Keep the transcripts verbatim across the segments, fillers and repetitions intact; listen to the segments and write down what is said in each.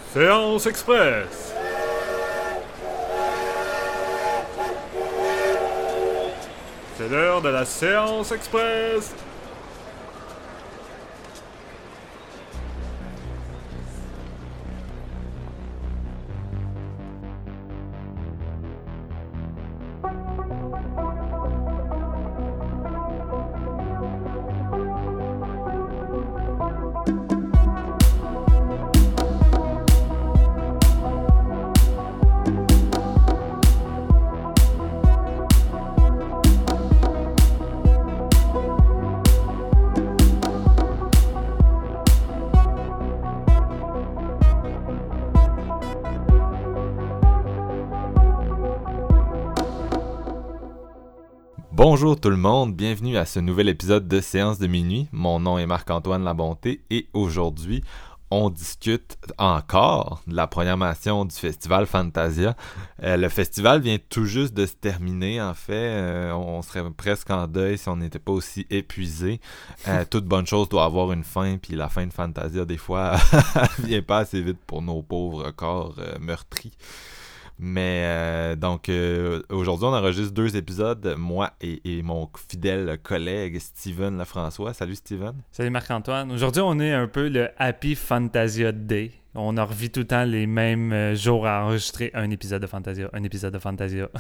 Séance Express. C'est l'heure de la Séance Express. Bonjour tout le monde, bienvenue à ce nouvel épisode de Séance de minuit. Mon nom est Marc-Antoine Labonté et aujourd'hui, on discute encore de la programmation du festival Fantasia. Euh, le festival vient tout juste de se terminer, en fait. Euh, on serait presque en deuil si on n'était pas aussi épuisé. Euh, toute bonne chose doit avoir une fin, puis la fin de Fantasia, des fois, vient pas assez vite pour nos pauvres corps euh, meurtris. Mais euh, donc euh, aujourd'hui on enregistre deux épisodes, moi et, et mon fidèle collègue Steven Lafrançois. Salut Steven. Salut Marc-Antoine. Aujourd'hui on est un peu le Happy Fantasia Day. On en revit tout le temps les mêmes jours à enregistrer un épisode de Fantasia, un épisode de Fantasia.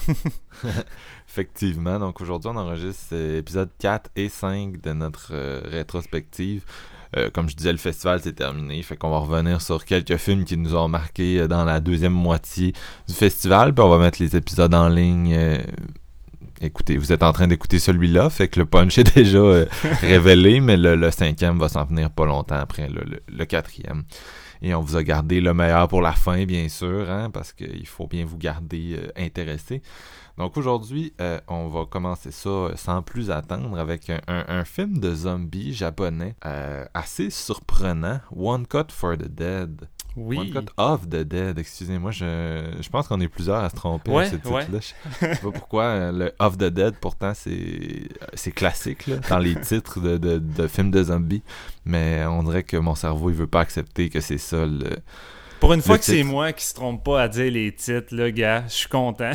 Effectivement, donc aujourd'hui on enregistre euh, épisodes quatre et cinq de notre euh, rétrospective. Euh, comme je disais, le festival c'est terminé, fait qu'on va revenir sur quelques films qui nous ont marqués dans la deuxième moitié du festival, puis on va mettre les épisodes en ligne. Euh, écoutez, vous êtes en train d'écouter celui-là, fait que le punch est déjà euh, révélé, mais le, le cinquième va s'en venir pas longtemps après le, le, le quatrième. Et on vous a gardé le meilleur pour la fin, bien sûr, hein, parce qu'il faut bien vous garder euh, intéressé. Donc aujourd'hui, euh, on va commencer ça sans plus attendre avec un, un, un film de zombies japonais euh, assez surprenant, One Cut for the Dead. Oui. One Cut of the Dead, excusez-moi, je, je pense qu'on est plusieurs à se tromper ouais, avec ce ouais. titre-là. Je sais pas pourquoi, euh, le Of the Dead, pourtant, c'est, c'est classique là, dans les titres de, de, de films de zombies, mais on dirait que mon cerveau, il veut pas accepter que c'est ça le... Pour une fois le que titre. c'est moi qui se trompe pas à dire les titres, là, gars, je suis content.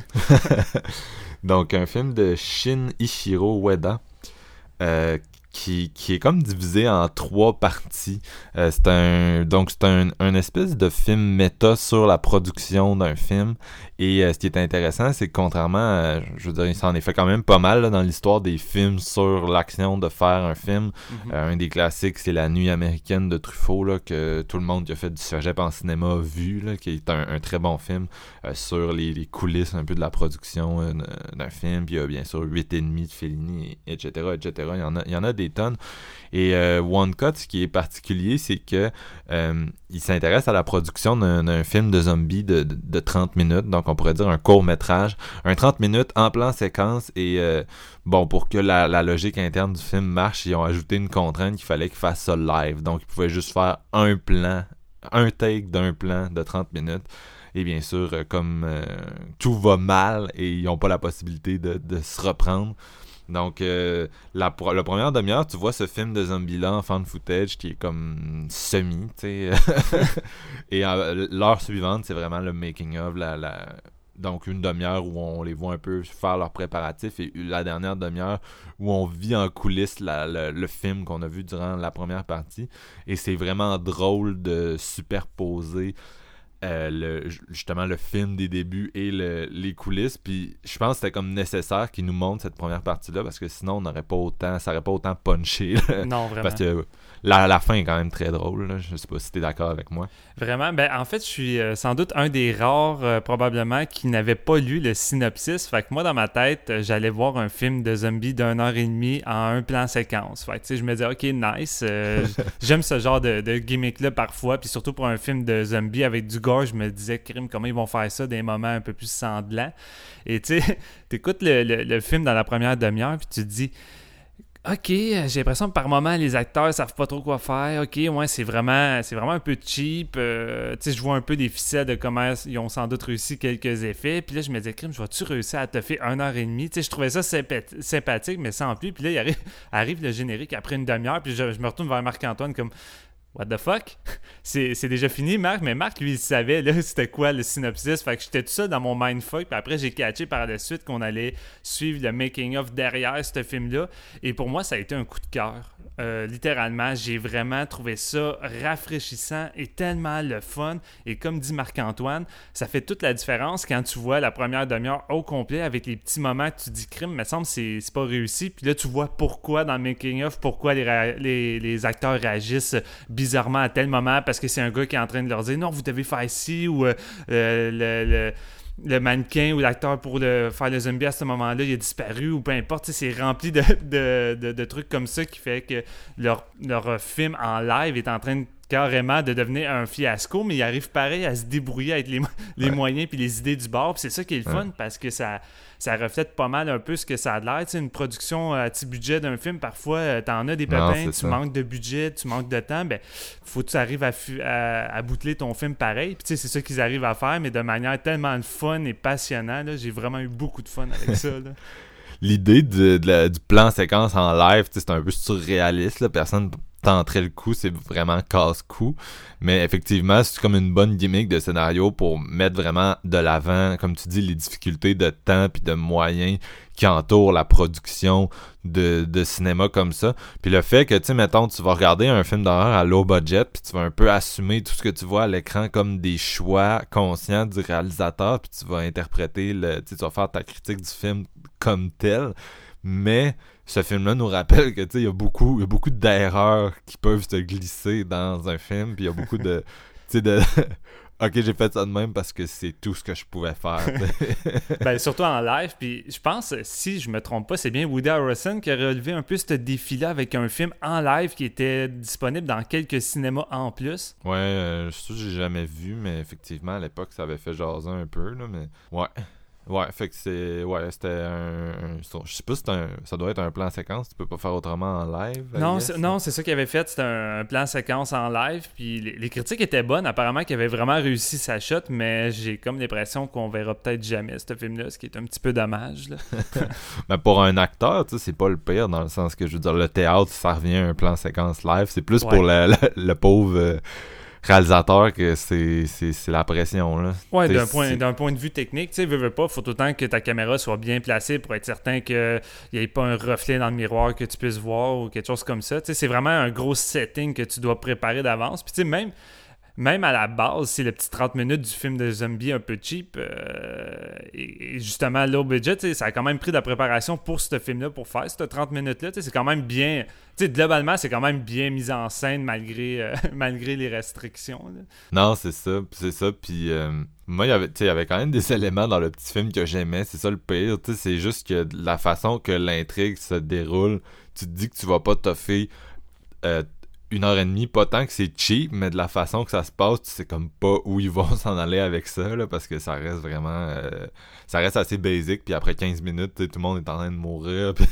Donc, un film de Shin Ichiro Ueda, euh, qui, qui est comme divisé en trois parties. Euh, c'est un, donc, c'est un, un espèce de film méta sur la production d'un film. Et euh, ce qui est intéressant, c'est que contrairement à, je veux dire, il s'en est fait quand même pas mal là, dans l'histoire des films sur l'action de faire un film. Mm-hmm. Euh, un des classiques, c'est La Nuit américaine de Truffaut, là, que tout le monde qui a fait du cégep en cinéma a vu, là, qui est un, un très bon film euh, sur les, les coulisses un peu de la production euh, d'un film. Puis il y a bien sûr huit et demi de Fellini, et cetera, et cetera. Il y en a, il y en a des tonnes. Et euh, One Cut, ce qui est particulier, c'est que euh, il s'intéresse à la production d'un, d'un film de zombies de, de, de trente minutes, donc on pourrait dire un court-métrage, un trente minutes en plan séquence, et euh, bon, pour que la, la logique interne du film marche, ils ont ajouté une contrainte qu'il fallait qu'il fasse ça live, donc ils pouvaient juste faire un plan, un take d'un plan de trente minutes. Et bien sûr, euh, comme euh, tout va mal et ils n'ont pas la possibilité de, de se reprendre, donc, euh, la, la première demi-heure, tu vois ce film de zombies-là en fan footage qui est comme semi, tu sais. Et euh, l'heure suivante, c'est vraiment le making-of, la, la... donc une demi-heure où on les voit un peu faire leurs préparatifs et la dernière demi-heure où on vit en coulisses la, la, le film qu'on a vu durant la première partie. Et c'est vraiment drôle de superposer Euh, le, justement le film des débuts et le, les coulisses, puis je pense que c'était comme nécessaire qu'ils nous montrent cette première partie-là parce que sinon on n'aurait pas autant, ça aurait pas autant punché là. Non, vraiment. Parce que la, la fin est quand même très drôle là. Je sais pas si t'es d'accord avec moi. Vraiment, ben en fait je suis euh, sans doute un des rares euh, probablement qui n'avait pas lu le synopsis, fait que moi dans ma tête euh, j'allais voir un film de zombies d'une heure et demie en un plan séquence, fait que tu sais je me disais ok nice, euh, j'aime ce genre de, de gimmick là parfois, puis surtout pour un film de zombies avec du gore, je me disais crime comment ils vont faire ça des moments un peu plus sanglants, et tu sais t'écoutes le, le, le film dans la première demi-heure puis tu te dis ok, j'ai l'impression que par moment les acteurs savent pas trop quoi faire. Ok, ouais, c'est vraiment, c'est vraiment un peu cheap. Euh, tu sais, je vois un peu des ficelles de comment ils ont sans doute réussi quelques effets. Puis là, je me disais, crime, je vais-tu réussir à te faire une heure et demie? Tu sais, je trouvais ça sympa- sympathique, mais sans plus. Puis là, il arrive, arrive le générique après une demi-heure. Puis je, je me retourne vers Marc-Antoine comme, what the fuck? c'est, c'est déjà fini, Marc, mais Marc, lui, il savait, là, c'était quoi le synopsis. Fait que j'étais tout ça dans mon mindfuck. Puis après, j'ai catché par la suite qu'on allait suivre le making-of derrière ce film-là. Et pour moi, ça a été un coup de cœur. Euh, littéralement, j'ai vraiment trouvé ça rafraîchissant et tellement le fun. Et comme dit Marc-Antoine, ça fait toute la différence quand tu vois la première demi-heure au complet avec les petits moments que tu dis crime, me semble que c'est, c'est pas réussi. Puis là, tu vois pourquoi dans le making-of, pourquoi les, ra- les, les acteurs réagissent bizarrement à tel moment parce que c'est un gars qui est en train de leur dire non, vous devez faire ci ou euh, le, le, le mannequin ou l'acteur pour le, faire le zombie à ce moment-là, il a disparu ou peu importe. C'est rempli de, de, de, de trucs comme ça qui fait que leur, leur film en live est en train de carrément de devenir un fiasco, mais il arrive pareil à se débrouiller avec les, les ouais. moyens puis les idées du bord. Puis c'est ça qui est le fun ouais. parce que ça, ça reflète pas mal un peu ce que ça a l'air. Tu sais, une production à petit budget d'un film, parfois, t'en as des pépins, tu ça. manques de budget, tu manques de temps, ben faut que tu arrives à, fu- à, à boucler ton film pareil. Puis tu sais, c'est ça qu'ils arrivent à faire, mais de manière tellement fun et passionnante. Là, j'ai vraiment eu beaucoup de fun avec ça. Là. L'idée de, de la, du plan séquence en live, c'est un peu surréaliste. Là. Personne tenterait le coup, c'est vraiment casse-cou. Mais effectivement, c'est comme une bonne gimmick de scénario pour mettre vraiment de l'avant, comme tu dis, les difficultés de temps puis de moyens qui entourent la production de, de cinéma comme ça. Puis le fait que, tu sais, mettons, tu vas regarder un film d'horreur à low budget puis tu vas un peu assumer tout ce que tu vois à l'écran comme des choix conscients du réalisateur puis tu vas interpréter, le, tu sais, tu vas faire ta critique du film comme tel. Mais ce film-là nous rappelle que, tu sais, il y a beaucoup, il y a beaucoup d'erreurs qui peuvent se glisser dans un film, puis il y a beaucoup de, tu sais, de... OK, j'ai fait ça de même parce que c'est tout ce que je pouvais faire. Ben, surtout en live, puis je pense, si je me trompe pas, c'est bien Woody Harrelson qui a relevé un peu ce défi-là avec un film en live qui était disponible dans quelques cinémas en plus. Ouais, euh, je suis sûr que j'ai jamais vu, mais effectivement, à l'époque, ça avait fait jaser un peu, là, mais... Ouais. Ouais, fait que c'est... Ouais, c'était un... un je sais pas si c'est un... Ça doit être un plan séquence, tu peux pas faire autrement en live. Non, c'est, non, c'est ça qu'il avait fait, c'était un, un plan séquence en live, puis les, les critiques étaient bonnes, apparemment qu'il avait vraiment réussi sa shot, mais j'ai comme l'impression qu'on verra peut-être jamais ce film-là, ce qui est un petit peu dommage, là. Mais pour un acteur, tu sais, c'est pas le pire, dans le sens que, je veux dire, le théâtre, ça revient à un plan séquence live, c'est plus ouais. pour le, le, le pauvre... Euh, réalisateur que c'est, c'est, c'est la pression là. Ouais, d'un point, d'un point de vue technique, tu sais, veux, veux pas, faut autant que ta caméra soit bien placée pour être certain qu'il n'y ait pas un reflet dans le miroir que tu puisses voir ou quelque chose comme ça. Tu sais, c'est vraiment un gros setting que tu dois préparer d'avance. Puis tu sais, même Même à la base, c'est le petit trente minutes du film de zombie un peu cheap. Euh, et, et justement, low budget, ça a quand même pris de la préparation pour ce film-là, pour faire ce trente minutes-là. C'est quand même bien... Globalement, c'est quand même bien mis en scène malgré, euh, malgré les restrictions. Là. Non, c'est ça. C'est ça. Puis euh, moi, il y avait, il y avait quand même des éléments dans le petit film que j'aimais. C'est ça le pire. C'est juste que la façon que l'intrigue se déroule, tu te dis que tu vas pas toffer... Euh, une heure et demie, pas tant que c'est cheap, mais de la façon que ça se passe, tu sais comme pas où ils vont s'en aller avec ça, là, parce que ça reste vraiment... Euh, ça reste assez basic, puis après quinze minutes, tout le monde est en train de mourir, pis...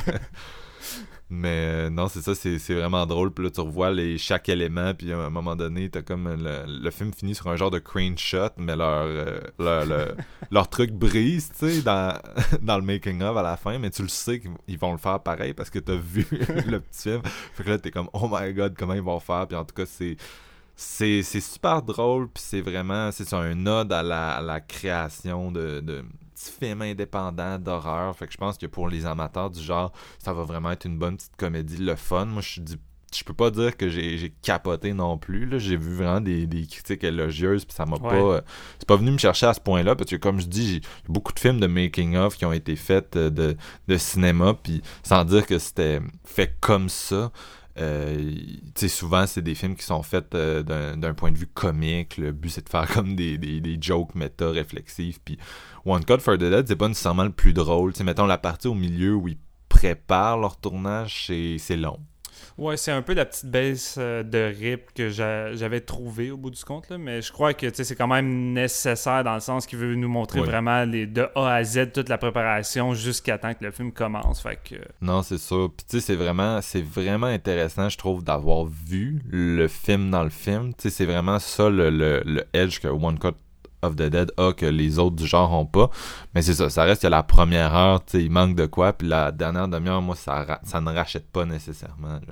Mais euh, non, c'est ça, c'est, c'est vraiment drôle, puis là, tu revois les, chaque élément, puis à un moment donné, t'as comme... Le, le film finit sur un genre de crane shot, mais leur, euh, leur, leur, leur truc brise, tu sais, dans, dans le making-of à la fin, mais tu le sais qu'ils vont le faire pareil, parce que t'as vu le petit film. Fait que là, t'es comme, oh my god, comment ils vont faire, puis en tout cas, c'est... C'est, c'est super drôle, puis c'est vraiment... C'est un ode à la, à la création de... de film indépendant d'horreur, fait que je pense que pour les amateurs du genre, ça va vraiment être une bonne petite comédie, le fun. Moi, je dis, je peux pas dire que j'ai, j'ai capoté non plus, là. J'ai vu vraiment des, des critiques élogieuses, puis ça m'a ouais. pas... Euh, c'est pas venu me chercher à ce point-là, parce que comme je dis, j'ai beaucoup de films de making-of qui ont été faits de, de cinéma, puis sans dire que c'était fait comme ça. Euh, tu sais, souvent c'est des films qui sont faits euh, d'un, d'un point de vue comique. Le but c'est de faire comme des, des, des jokes méta réflexifs, puis One Cut for the Dead c'est pas nécessairement le plus drôle. Tu sais, mettons la partie au milieu où ils préparent leur tournage, c'est, c'est long. Ouais, c'est un peu la petite baisse euh, de rip que j'a, j'avais trouvé au bout du compte, là, mais je crois que c'est quand même nécessaire dans le sens qu'il veut nous montrer ouais. vraiment les, de A à Z toute la préparation jusqu'à temps que le film commence. Fait que... Non, c'est ça. Puis tu sais, c'est vraiment, c'est vraiment intéressant, je trouve, d'avoir vu le film dans le film. Tu sais, c'est vraiment ça le, le, le edge que One Cut of the Dead a que les autres du genre ont pas, mais c'est ça, ça reste que la première heure, tu sais, il manque de quoi, puis la dernière demi-heure, moi, ça, ça ne rachète pas nécessairement.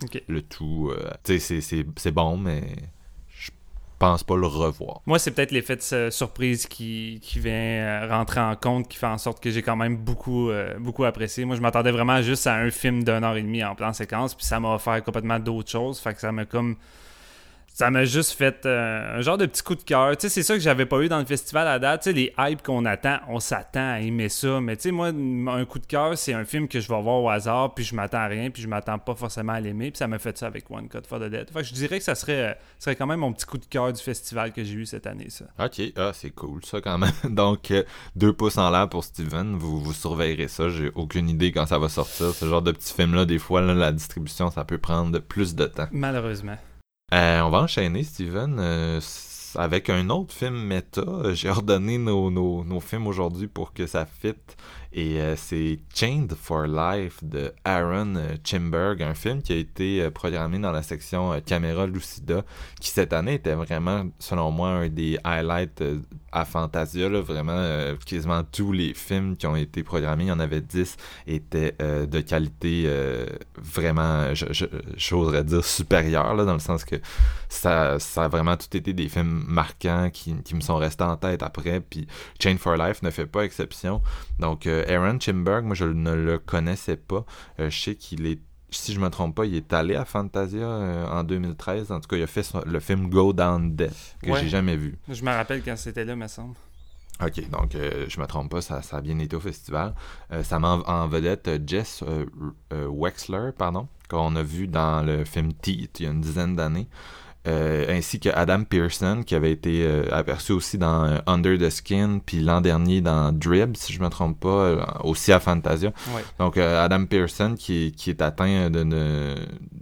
Okay. Le tout, euh, tu sais, c'est, c'est, c'est bon, mais je pense pas le revoir. Moi, c'est peut-être l'effet de euh, surprise qui, qui vient euh, rentrer en compte, qui fait en sorte que j'ai quand même beaucoup, euh, beaucoup apprécié. Moi, je m'attendais vraiment juste à un film d'une heure et demie en plan séquence, puis ça m'a offert complètement d'autres choses. Fait que ça m'a comme... Ça m'a juste fait euh, un genre de petit coup de cœur. Tu sais, c'est ça que j'avais pas eu dans le festival à date. Tu sais, les hypes qu'on attend, on s'attend à aimer ça. Mais tu sais, moi, un coup de cœur, c'est un film que je vais voir au hasard, puis je m'attends à rien, puis je m'attends pas forcément à l'aimer. Puis ça m'a fait ça avec One Cut for the Dead. Fait que je dirais que ça serait, serait quand même mon petit coup de cœur du festival que j'ai eu cette année, ça. Ok, ah, c'est cool ça quand même. Donc, euh, deux pouces en l'air pour Steven. Vous, vous surveillerez ça. J'ai aucune idée quand ça va sortir. Ce genre de petits films-là, des fois, là, la distribution, ça peut prendre plus de temps. Malheureusement. Euh, on va enchaîner, Steven, euh, avec un autre film méta. J'ai ordonné nos, nos, nos films aujourd'hui pour que ça fitte. Et euh, c'est Chained for Life de Aaron euh, Chimberg, un film qui a été euh, programmé dans la section euh, Caméra Lucida, qui cette année était vraiment, selon moi, un des highlights euh, à Fantasia. Là, vraiment, euh, quasiment tous les films qui ont été programmés, il y en avait dix, étaient euh, de qualité euh, vraiment, je, je, j'oserais dire, supérieure, là, dans le sens que ça, ça a vraiment tout été des films marquants qui, qui me sont restés en tête après. Puis Chained for Life ne fait pas exception. Donc, euh, Aaron Chimberg, moi je ne le connaissais pas. Euh, je sais qu'il est, si je me trompe pas, il est allé à Fantasia euh, en deux mille treize. En tout cas, il a fait son, le film Go Down Death, que ouais. j'ai jamais vu. Je me rappelle quand c'était là, me semble. Ok, donc euh, je me trompe pas, ça, ça a bien été au festival. Euh, ça met en, en vedette euh, Jess euh, euh, Wexler, pardon, qu'on a vu dans le film Teeth il y a une dizaine d'années. Euh, ainsi que Adam Pearson qui avait été euh, aperçu aussi dans euh, Under the Skin, puis l'an dernier dans Drib, si je me trompe pas, euh, aussi à Fantasia. Ouais. Donc euh, Adam Pearson qui, qui est atteint d'une,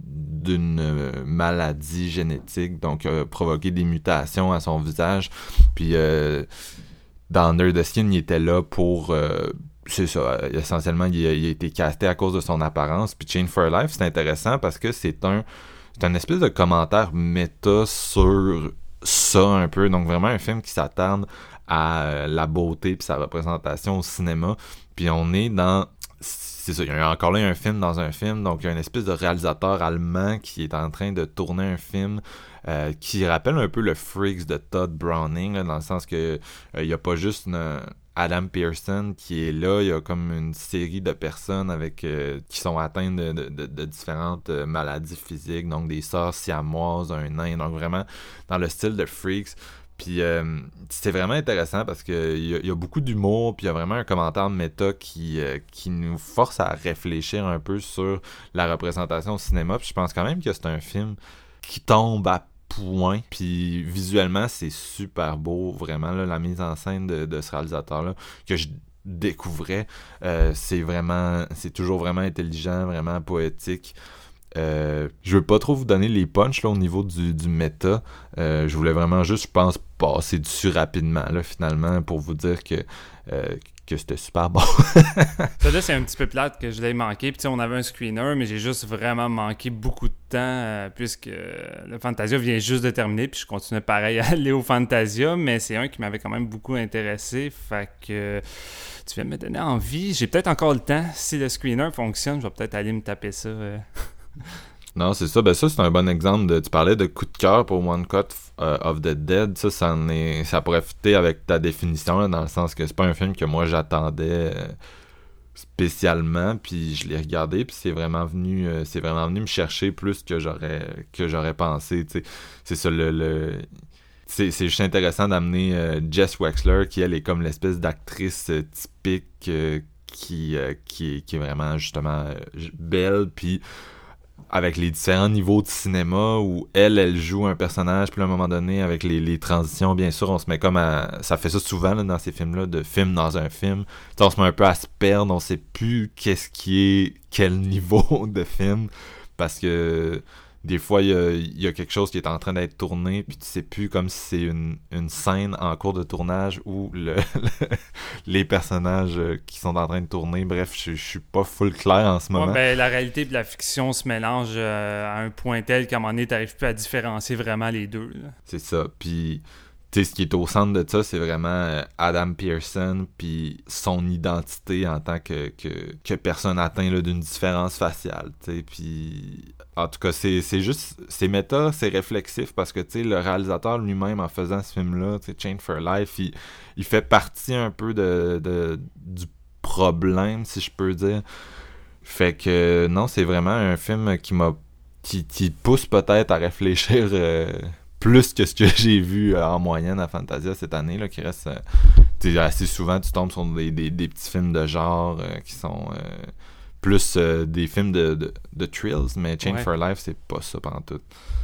d'une maladie génétique, donc a euh, provoqué des mutations à son visage. Puis euh, dans Under the Skin, il était là pour... Euh, c'est ça, essentiellement, il a, il a été casté à cause de son apparence. Puis Chained for Life, c'est intéressant parce que c'est un... C'est un espèce de commentaire méta sur ça un peu. Donc vraiment un film qui s'attarde à la beauté puis sa représentation au cinéma. Puis on est dans... C'est ça, il y a encore là un film dans un film. Donc il y a une espèce de réalisateur allemand qui est en train de tourner un film euh, qui rappelle un peu le Freaks de Todd Browning, là, dans le sens que euh, il n'y a pas juste une... Adam Pearson qui est là, il y a comme une série de personnes avec euh, qui sont atteintes de, de, de, de différentes euh, maladies physiques, donc des sœurs siamoises, un nain, donc vraiment dans le style de Freaks. Puis euh, c'est vraiment intéressant parce que il y, y a beaucoup d'humour, puis il y a vraiment un commentaire méta qui, euh, qui nous force à réfléchir un peu sur la représentation au cinéma. Puis je pense quand même que c'est un film qui tombe à point, puis visuellement c'est super beau, vraiment là, la mise en scène de, de ce réalisateur là que je découvrais, euh, c'est vraiment, c'est toujours vraiment intelligent, vraiment poétique. Euh, je veux pas trop vous donner les punchs là au niveau du, du méta. Euh, je voulais vraiment juste, je pense, passer dessus rapidement là finalement pour vous dire que euh, que c'était super bon. Ça là, c'est un petit peu plate que je l'ai manqué. Puis on avait un screener, mais j'ai juste vraiment manqué beaucoup de temps euh, puisque le Fantasia vient juste de terminer. Puis je continue pareil à aller au Fantasia, mais c'est un qui m'avait quand même beaucoup intéressé. Fait que tu viens de me donner envie. J'ai peut-être encore le temps. Si le screener fonctionne, je vais peut-être aller me taper ça. Euh. Non, c'est ça. Ben ça, c'est un bon exemple. De, tu parlais de coup de cœur pour One Cut uh, of the Dead. Ça, ça, en est, ça pourrait fitter avec ta définition, là, dans le sens que c'est pas un film que moi j'attendais euh, spécialement. Puis je l'ai regardé, puis c'est vraiment venu, euh, c'est vraiment venu me chercher plus que j'aurais que j'aurais pensé. T'sais. C'est ça le. le c'est, c'est juste intéressant d'amener euh, Jess Wexler, qui elle est comme l'espèce d'actrice euh, typique euh, qui, euh, qui, qui est vraiment justement euh, belle, puis avec les différents niveaux de cinéma où elle, elle joue un personnage, puis à un moment donné, avec les, les transitions, bien sûr, on se met comme à... Ça fait ça souvent là, dans ces films-là, de film dans un film. T'sais, on se met un peu à se perdre, on sait plus qu'est-ce qui est quel niveau de film, parce que des fois, il y a, y a quelque chose qui est en train d'être tourné, puis tu sais plus comme si c'est une, une scène en cours de tournage ou le, le, les personnages qui sont en train de tourner. Bref, je, je suis pas full clair en ce moment. Ouais, ben, la réalité et la fiction se mélangent euh, à un point tel qu'à un moment donné, t'arrives plus à différencier vraiment les deux. Là. C'est ça. Puis, tu sais, ce qui est au centre de ça, c'est vraiment euh, Adam Pearson puis son identité en tant que, que, que personne atteinte là, d'une différence faciale, tu sais, puis en tout cas, c'est, c'est juste, c'est méta, c'est réflexif, parce que, tu sais, le réalisateur lui-même, en faisant ce film-là, tu sais, Chained for Life, il, il fait partie un peu de, de, du problème, si je peux dire. Fait que, non, c'est vraiment un film qui m'a, qui, qui pousse peut-être à réfléchir... Euh, plus que ce que j'ai vu euh, en moyenne à Fantasia cette année, là, qui reste... Euh, assez souvent, tu tombes sur des, des, des petits films de genre euh, qui sont euh, plus euh, des films de, de, de thrills, mais Chained Ouais. for Life, c'est pas ça pendant tout.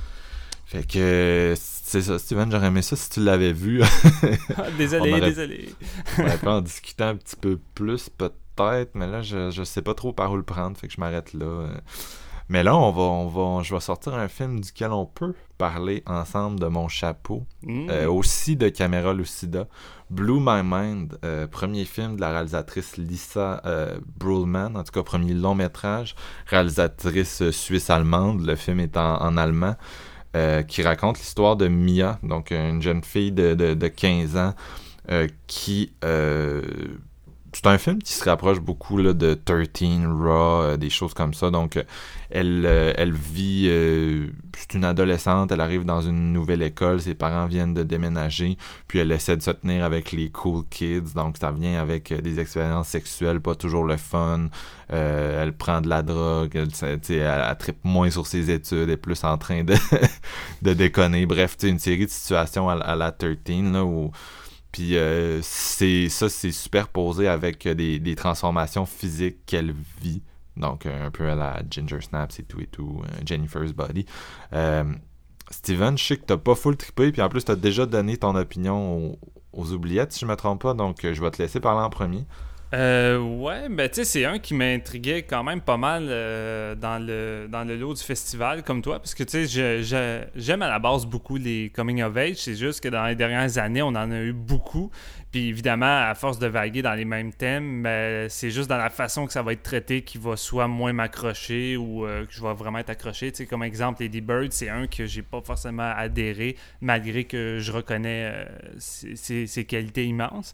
Fait que, euh, c'est ça, Steven, j'aurais aimé ça si tu l'avais vu. Ah, désolé, On aurait- désolé. On aurait pu en discuter un petit peu plus, peut-être, mais là, je, je sais pas trop par où le prendre, fait que je m'arrête là. euh. Mais là, on va, on va, je vais sortir un film duquel on peut parler ensemble de mon chapeau. Mm. Euh, aussi de Caméra Lucida. Blew My Mind, euh, premier film de la réalisatrice Lisa euh, Brulman, en tout cas premier long métrage, réalisatrice euh, suisse-allemande, le film est en, en allemand, euh, qui raconte l'histoire de Mia, donc une jeune fille de, de, de quinze ans, euh, qui... Euh, c'est un film qui se rapproche beaucoup là, de treize, Raw, euh, des choses comme ça. Donc, euh, elle, euh, elle vit... Euh, c'est une adolescente, elle arrive dans une nouvelle école, ses parents viennent de déménager, puis elle essaie de se tenir avec les cool kids. Donc, ça vient avec euh, des expériences sexuelles, pas toujours le fun. Euh, elle prend de la drogue, elle, elle, elle, elle trippe moins sur ses études, elle est plus en train de, de déconner. Bref, une série de situations à, à la treize, là, où... Puis euh, c'est, ça, c'est superposé avec des, des transformations physiques qu'elle vit. Donc, un peu à la Ginger Snaps et tout et tout, euh, Jennifer's Body. Euh, Steven, je sais que t'as pas full trippé, puis en plus, t'as déjà donné ton opinion aux, aux oubliettes, si je me trompe pas. Donc, euh, je vais te laisser parler en premier. Euh, ouais, ben tu sais, c'est un qui m'intriguait quand même pas mal euh, dans, le, dans le lot du festival, comme toi, parce que tu sais, je, je, j'aime à la base beaucoup les coming of age, c'est juste que dans les dernières années, on en a eu beaucoup, puis évidemment, à force de vaguer dans les mêmes thèmes, ben, c'est juste dans la façon que ça va être traité qui va soit moins m'accrocher ou euh, que je vais vraiment être accroché, tu sais, comme exemple, Lady Bird, c'est un que j'ai pas forcément adhéré, malgré que je reconnais euh, ses, ses, ses qualités immenses.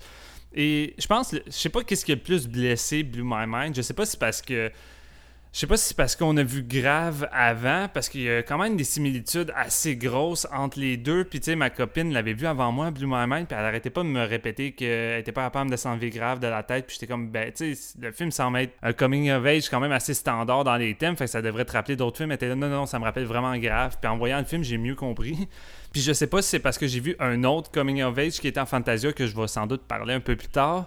Et je pense, je sais pas qu'est-ce qui a le plus blessé Blew My Mind. Je sais pas si c'est parce que Je sais pas si c'est parce qu'on a vu Grave avant, parce qu'il y a quand même des similitudes assez grosses entre les deux. Puis tu sais, ma copine l'avait vu avant moi, Blew My Mind, puis elle arrêtait pas de me répéter qu'elle était pas capable de s'enlever Grave de la tête. Puis j'étais comme, ben tu sais, le film semble être un coming of age quand même assez standard dans les thèmes, fait que ça devrait te rappeler d'autres films. Elle était là, non, non, non, ça me rappelle vraiment Grave. Puis en voyant le film, j'ai mieux compris. Puis je sais pas si c'est parce que j'ai vu un autre coming of age qui était en Fantasia, que je vais sans doute parler un peu plus tard,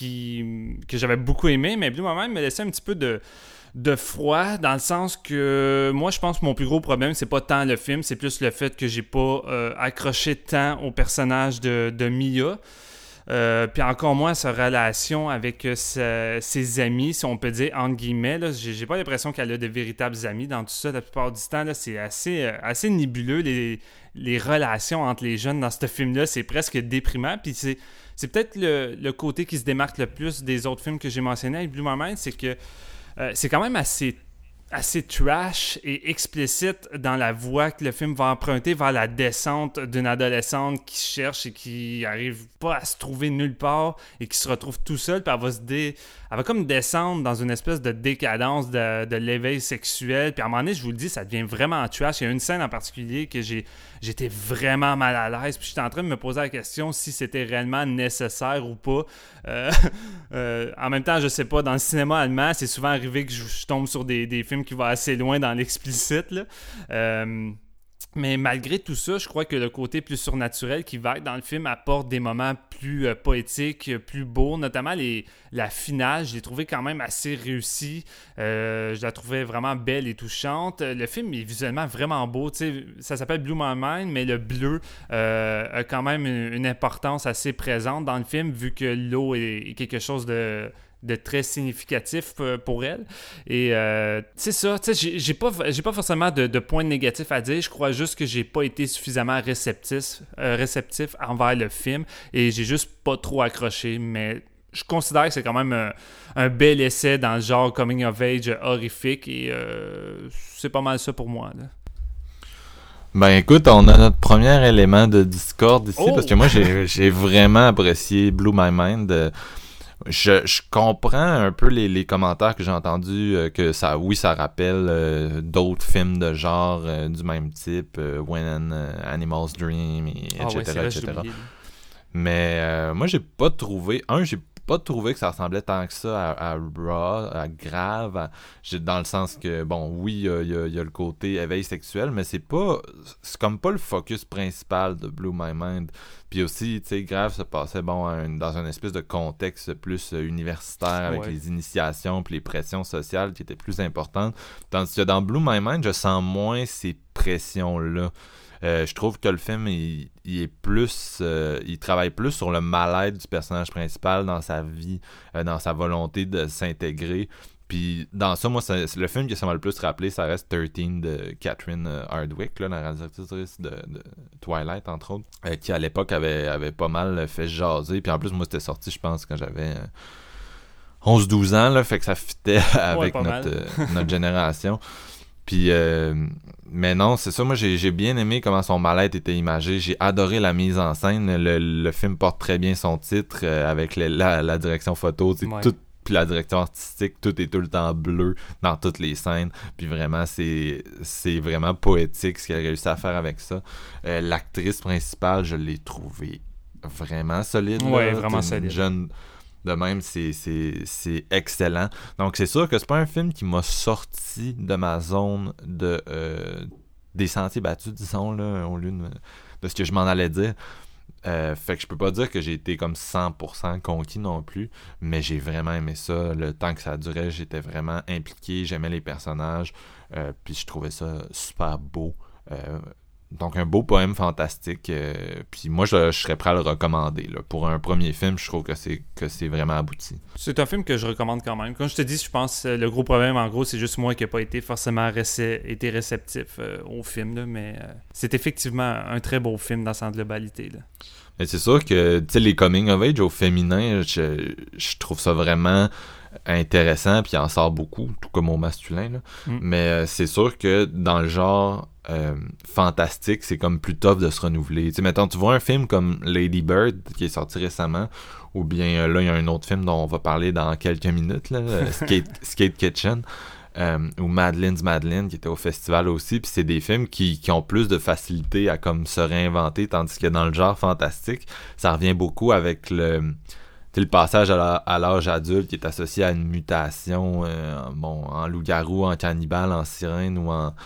qui, que j'avais beaucoup aimé, mais Blew My Mind me laissait un petit peu de... de froid, dans le sens que moi je pense que mon plus gros problème c'est pas tant le film, c'est plus le fait que j'ai pas euh, accroché tant au personnage de, de Mia, euh, puis encore moins sa relation avec euh, sa, ses amis, si on peut dire entre guillemets là. J'ai, j'ai pas l'impression qu'elle a de véritables amis dans tout ça. La plupart du temps là, c'est assez, euh, assez nébuleux les, les relations entre les jeunes dans ce film là, c'est presque déprimant. Puis c'est, c'est peut-être le, le côté qui se démarque le plus des autres films que j'ai mentionnés avec Blew My Mind, c'est que Euh, c'est quand même assez, assez trash et explicite dans la voie que le film va emprunter vers la descente d'une adolescente qui cherche et qui arrive pas à se trouver nulle part et qui se retrouve tout seul, puis elle va se dé... elle va comme descendre dans une espèce de décadence de, de l'éveil sexuel. Puis à un moment donné, je vous le dis, ça devient vraiment trash. Il y a une scène en particulier que j'ai j'étais vraiment mal à l'aise, puis j'étais en train de me poser la question si c'était réellement nécessaire ou pas. Euh, euh, en même temps, je sais pas, dans le cinéma allemand, c'est souvent arrivé que je, je tombe sur des, des films qui vont assez loin dans l'explicite, là. Euh, mais malgré tout ça, je crois que le côté plus surnaturel qui va être dans le film apporte des moments plus euh, poétiques, plus beaux, notamment les, la finale, je l'ai trouvé quand même assez réussie. Euh, je la trouvais vraiment belle et touchante. Le film est visuellement vraiment beau. Tu sais, ça s'appelle Blew My Mind, mais le bleu euh, a quand même une, une importance assez présente dans le film, vu que l'eau est, est quelque chose de... de très significatif pour elle. Et euh, c'est ça, tu sais, j'ai, j'ai pas, j'ai pas forcément de, de points négatifs à dire. Je crois juste que j'ai pas été suffisamment réceptif, euh, réceptif envers le film et j'ai juste pas trop accroché. Mais je considère que c'est quand même un, un bel essai dans le genre coming of age horrifique et euh, c'est pas mal ça pour moi, là. Ben écoute, on a notre premier élément de Discord ici, Oh! parce que moi j'ai j'ai vraiment apprécié Blew My Mind. Euh, Je, je comprends un peu les, les commentaires que j'ai entendus, euh, que ça, oui, ça rappelle euh, d'autres films de genre euh, du même type, euh, When euh, Animals Dream, et, Ah ouais, c'est etc., vrai, je l'ai et cetera. oublié. Mais euh, moi, j'ai pas trouvé. Un, j'ai pas trouvé que ça ressemblait tant que ça à, à Raw, à Grave. à- j'ai- dans le sens que, bon, oui, il y a, il y a- il y a le côté éveil sexuel, mais c'est pas. C'est comme pas le focus principal de Blew My Mind. Puis aussi, tu sais, Grave se passait, bon, à un- dans un espèce de contexte plus euh, universitaire avec Ouais. les initiations puis les pressions sociales qui étaient plus importantes. Tandis que dans Blew My Mind, je sens moins ces pressions-là. Euh, je trouve que le film, il, il est plus... euh, il travaille plus sur le mal-être du personnage principal dans sa vie, euh, dans sa volonté de s'intégrer. Puis dans ça, moi, c'est, c'est le film qui ça m'a le plus rappelé, ça reste treize de Catherine euh, Hardwicke, là, la réalisatrice de, de Twilight, entre autres, euh, qui à l'époque avait, avait pas mal fait jaser. Puis en plus, moi, c'était sorti, je pense, quand j'avais... euh, onze douze ans, là, fait que ça fitait avec pas notre, mal. euh, notre génération. Puis, euh, mais non, c'est ça, moi j'ai, j'ai bien aimé comment son mal-être était imagé. J'ai adoré la mise en scène. Le, le film porte très bien son titre euh, avec le- la, la direction photo. tu sais, Ouais. tout, puis la direction artistique, tout est tout le temps bleu dans toutes les scènes. Puis vraiment, c'est, c'est vraiment poétique ce qu'elle a réussi à faire avec ça. Euh, l'actrice principale, je l'ai trouvée vraiment solide. Ouais, là. vraiment Une solide. jeune de même, c'est, c'est, c'est excellent. Donc, c'est sûr que c'est pas un film qui m'a sorti de ma zone de euh, des sentiers battus, disons, là, au lieu de, de ce que je m'en allais dire. Euh, fait que je peux pas dire que j'ai été comme cent pour cent conquis non plus, mais j'ai vraiment aimé ça. Le temps que ça durait, j'étais vraiment impliqué, j'aimais les personnages, euh, puis je trouvais ça super beau. Euh, donc un beau poème fantastique. euh, puis moi, je, je serais prêt à le recommander. Là. Pour un premier film, je trouve que c'est, que c'est vraiment abouti. C'est un film que je recommande quand même. Comme je te dis, je pense euh, le gros problème, en gros, c'est juste moi qui n'ai pas été forcément réce- été réceptif euh, au film, là, mais euh, c'est effectivement un très beau film dans sa globalité. Là. Mais c'est sûr que tu sais, les coming of age au féminin, je, je trouve ça vraiment intéressant, puis il en sort beaucoup, tout comme au masculin. Là. Mm. Mais euh, c'est sûr que dans le genre euh, fantastique, c'est comme plus tough de se renouveler. Tu sais, mettons, tu vois un film comme Lady Bird, qui est sorti récemment, ou bien euh, là, il y a un autre film dont on va parler dans quelques minutes, là, euh, Skate, Skate Kitchen. Euh, ou Madeline's Madeline qui était au festival aussi, puis c'est des films qui, qui ont plus de facilité à comme se réinventer, tandis que dans le genre fantastique, ça revient beaucoup avec le, tu sais, le passage à, la- à l'âge adulte qui est associé à une mutation euh, en- bon, en loup-garou, en cannibale, en sirène ou en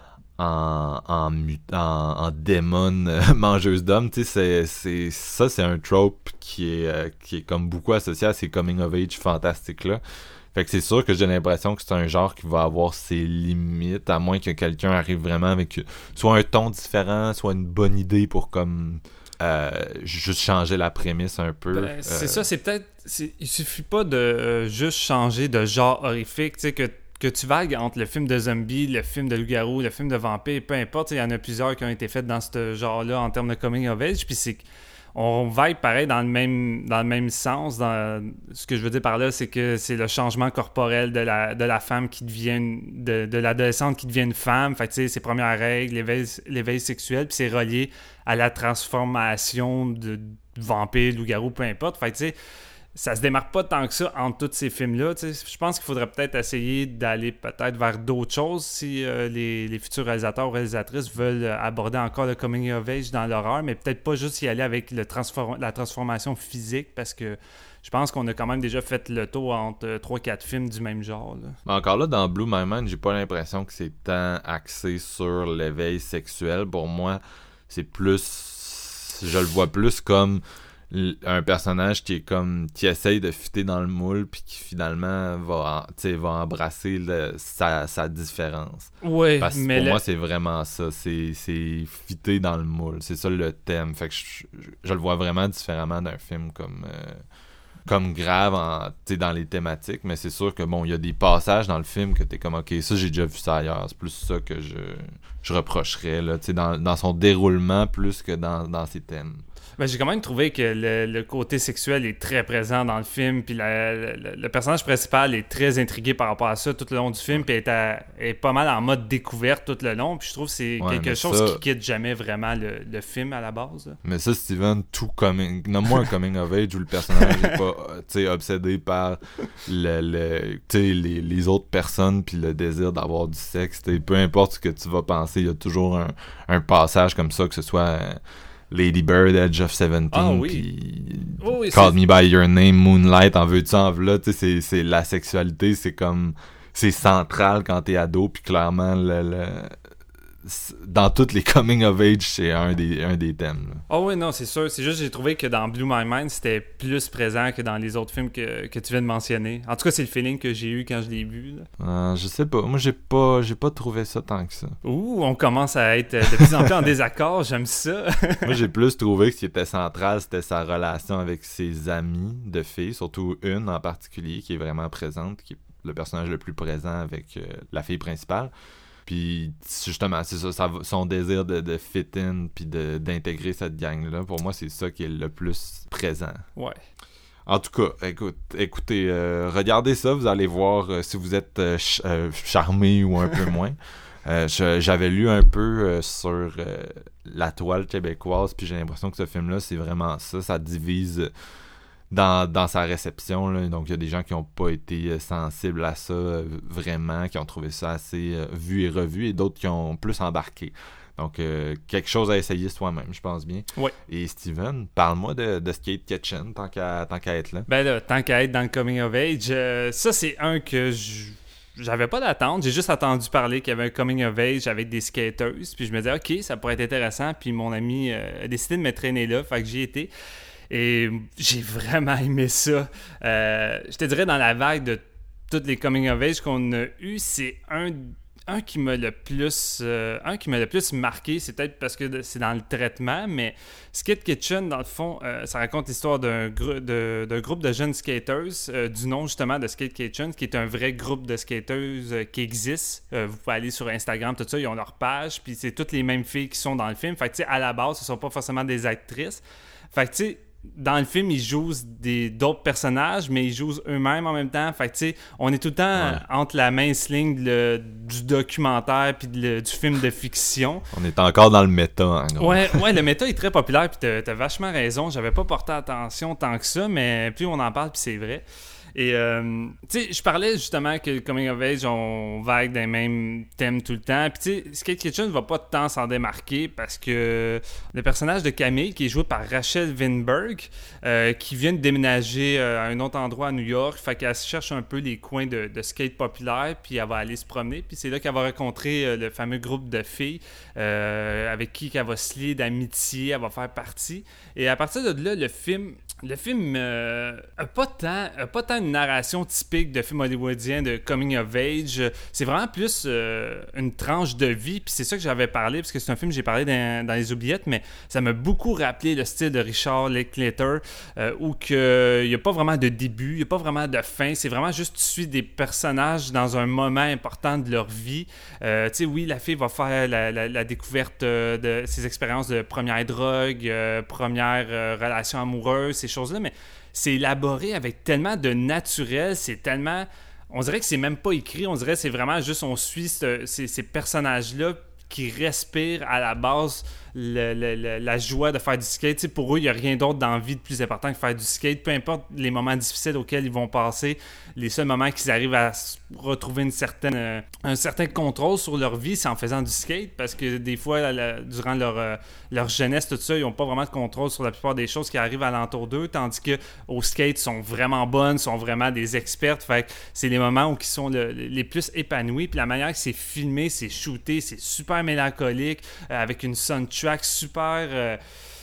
en, en, mu- en, en démon euh, mangeuse d'hommes, tu sais, c'est, c'est, ça c'est un trope qui est, euh, qui est comme beaucoup associé à ces coming of age fantastiques là. Fait que c'est sûr que j'ai l'impression que c'est un genre qui va avoir ses limites, à moins que quelqu'un arrive vraiment avec soit un ton différent, soit une bonne idée pour comme euh, juste changer la prémisse un peu. Ben, c'est Euh, ça, c'est peut-être. c'est- il suffit pas de euh, juste changer de genre horrifique, tu sais, que, que tu vagues entre le film de zombie, le film de loup-garou, le film de vampire, peu importe, il y en a plusieurs qui ont été faits dans ce genre-là en termes de coming of age, puis c'est on vague pareil dans le même dans le même sens. Dans, ce que je veux dire par là, c'est que c'est le changement corporel de la, de la femme qui devient une- de, de l'adolescente qui devient une femme. Fait que, tu sais, ses premières règles, l'éveil, l'éveil sexuel, puis c'est relié à la transformation de vampire, loup-garou, peu importe. Fait que, tu sais, ça se démarque pas tant que ça entre tous ces films-là. Tu sais. Je pense qu'il faudrait peut-être essayer d'aller peut-être vers d'autres choses si euh, les, les futurs réalisateurs ou réalisatrices veulent euh, aborder encore le coming of age dans l'horreur, mais peut-être pas juste y aller avec le transform- la transformation physique, parce que je pense qu'on a quand même déjà fait le tour entre trois quatre films du même genre. Là. Mais encore là, dans Blue My Mind, j'ai pas l'impression que c'est tant axé sur l'éveil sexuel. Pour moi, c'est plus... Je le vois plus comme l- un personnage qui est comme... qui essaye de fitter dans le moule puis qui finalement va, en- tu sais, va embrasser le- sa, sa différence. Oui, Parce que mais pour le- moi, c'est vraiment ça. C'est, c'est fitter dans le moule. C'est ça le thème. Fait que je, je- je le vois vraiment différemment d'un film comme... euh, comme grave en, tu sais, dans les thématiques, mais c'est sûr que bon, il y a des passages dans le film que t'es comme ok, ça j'ai déjà vu ça ailleurs, c'est plus ça que je je reprocherais, là, dans, dans son déroulement plus que dans, dans ses thèmes. Ben, j'ai quand même trouvé que le, le côté sexuel est très présent dans le film, puis la, la, le personnage principal est très intrigué par rapport à ça tout le long du film, puis est, à, est pas mal en mode découverte tout le long, puis je trouve que c'est ouais, quelque chose ça... qui quitte jamais vraiment le, le film à la base. Là. Mais ça, Steven, tout coming... Nomme-moi un coming of age où le personnage n'est pas obsédé par le, le, les, les autres personnes, puis le désir d'avoir du sexe. T'sais, peu importe ce que tu vas penser, il y a toujours un, un passage comme ça, que ce soit... Euh, Lady Bird, Edge of Seventeen, ah, oui. puis oh, oui, Call c'est... Me By Your Name, Moonlight, en veux-tu, en veux-là, tu sais, c'est, c'est la sexualité, c'est comme, c'est central quand t'es ado, puis clairement, le, le, dans toutes les coming of age, c'est un des, un des thèmes. Ah oh oui, non, c'est sûr, c'est juste j'ai trouvé que dans Blue My Mind, c'était plus présent que dans les autres films que, que tu viens de mentionner. En tout cas, c'est le feeling que j'ai eu quand je l'ai vu. Là. Euh, je sais pas, moi j'ai pas, j'ai pas trouvé ça tant que ça. Ouh, on commence à être de plus en plus en désaccord, j'aime ça. Moi j'ai plus trouvé que ce qui était central, c'était sa relation avec ses amis de filles, surtout une en particulier qui est vraiment présente, qui est le personnage le plus présent avec euh, la fille principale. Puis justement, c'est ça, ça son désir de, de fit in puis de, d'intégrer cette gang-là, pour moi, c'est ça qui est le plus présent. Ouais. En tout cas, écoute, écoutez, euh, regardez ça, vous allez voir euh, si vous êtes euh, ch- euh, charmé ou un peu moins. Euh, je, j'avais lu un peu euh, sur euh, la toile québécoise, puis j'ai l'impression que ce film-là, c'est vraiment ça, ça divise... Euh, Dans, dans sa réception, là. Donc il y a des gens qui n'ont pas été sensibles à ça euh, vraiment, qui ont trouvé ça assez euh, vu et revu, et d'autres qui ont plus embarqué. Donc euh, quelque chose à essayer soi-même, je pense bien. Ouais. Et Steven, parle-moi de, de Skate Kitchen, tant qu'à, tant qu'à être là. Ben là, tant qu'à être dans le coming of age, euh, ça c'est un que je... J'avais pas d'attente, j'ai juste entendu parler qu'il y avait un coming of age avec des skaters, puis je me disais ok, ça pourrait être intéressant, puis mon ami euh, a décidé de me traîner là, fait que j'y étais. Et j'ai vraiment aimé ça. Euh, je te dirais, dans la vague de toutes les coming of age qu'on a eu, c'est un, un qui m'a le plus euh, un qui m'a le plus marqué. C'est peut-être parce que c'est dans le traitement, mais Skate Kitchen, dans le fond, euh, ça raconte l'histoire d'un, gr- de, d'un groupe de jeunes skaters euh, du nom justement de Skate Kitchen, qui est un vrai groupe de skaters euh, qui existe. Euh, vous pouvez aller sur Instagram, tout ça, ils ont leur page, puis c'est toutes les mêmes filles qui sont dans le film. Fait que tu sais, à la base, ce ne sont pas forcément des actrices. Fait que tu sais, dans le film, ils jouent des, d'autres personnages, mais ils jouent eux-mêmes en même temps. Fait que, tu sais, on est tout le temps ouais. entre la mince ligne le, du documentaire puis le, du film de fiction. On est encore dans le méta, en gros. Ouais, ouais, le méta est très populaire, puis t'as, t'as vachement raison. J'avais pas porté attention tant que ça, mais plus on en parle, puis c'est vrai. Et, euh, tu sais, je parlais justement que le Coming of Age, on vague dans les mêmes thèmes tout le temps. Puis, tu sais, Skate Kitchen va pas de temps s'en démarquer parce que le personnage de Camille, qui est joué par Rachel Winberg, euh, qui vient de déménager euh, à un autre endroit à New York, fait qu'elle cherche un peu les coins de, de skate populaire, puis elle va aller se promener. Puis c'est là qu'elle va rencontrer euh, le fameux groupe de filles euh, avec qui elle va se lier d'amitié, elle va faire partie. Et à partir de là, le film... Le film euh, a pas tant, a pas tant une narration typique de film hollywoodien de coming of age. C'est vraiment plus euh, une tranche de vie. Puis c'est ça que j'avais parlé, parce que c'est un film que j'ai parlé dans, dans les oubliettes, mais ça m'a beaucoup rappelé le style de Richard Linklater, euh, où que, il n'y a pas vraiment de début, il n'y a pas vraiment de fin. C'est vraiment juste tu suis des personnages dans un moment important de leur vie. Euh, tu sais, oui, la fille va faire la, la, la découverte euh, de ses expériences de première drogue, euh, première euh, relation amoureuse, ces choses-là, mais c'est élaboré avec tellement de naturel, c'est tellement... On dirait que c'est même pas écrit, on dirait que c'est vraiment juste, on suit ce, ces, ces personnages-là qui respirent à la base le, le, le, la joie de faire du skate. T'sais, pour eux, il n'y a rien d'autre dans la vie de plus important que faire du skate. Peu importe les moments difficiles auxquels ils vont passer, les seuls moments qu'ils arrivent à retrouver une certaine, euh, un certain contrôle sur leur vie, c'est en faisant du skate, parce que des fois, la, la, durant leur, euh, leur jeunesse, tout ça, ils n'ont pas vraiment de contrôle sur la plupart des choses qui arrivent alentour d'eux, tandis qu'au skate, ils sont vraiment bonnes, sont vraiment des expertes. Fait que c'est les moments où ils sont le, les plus épanouis. Puis la manière que c'est filmé, c'est shooté, c'est super mélancolique, euh, avec une soundtrack super euh,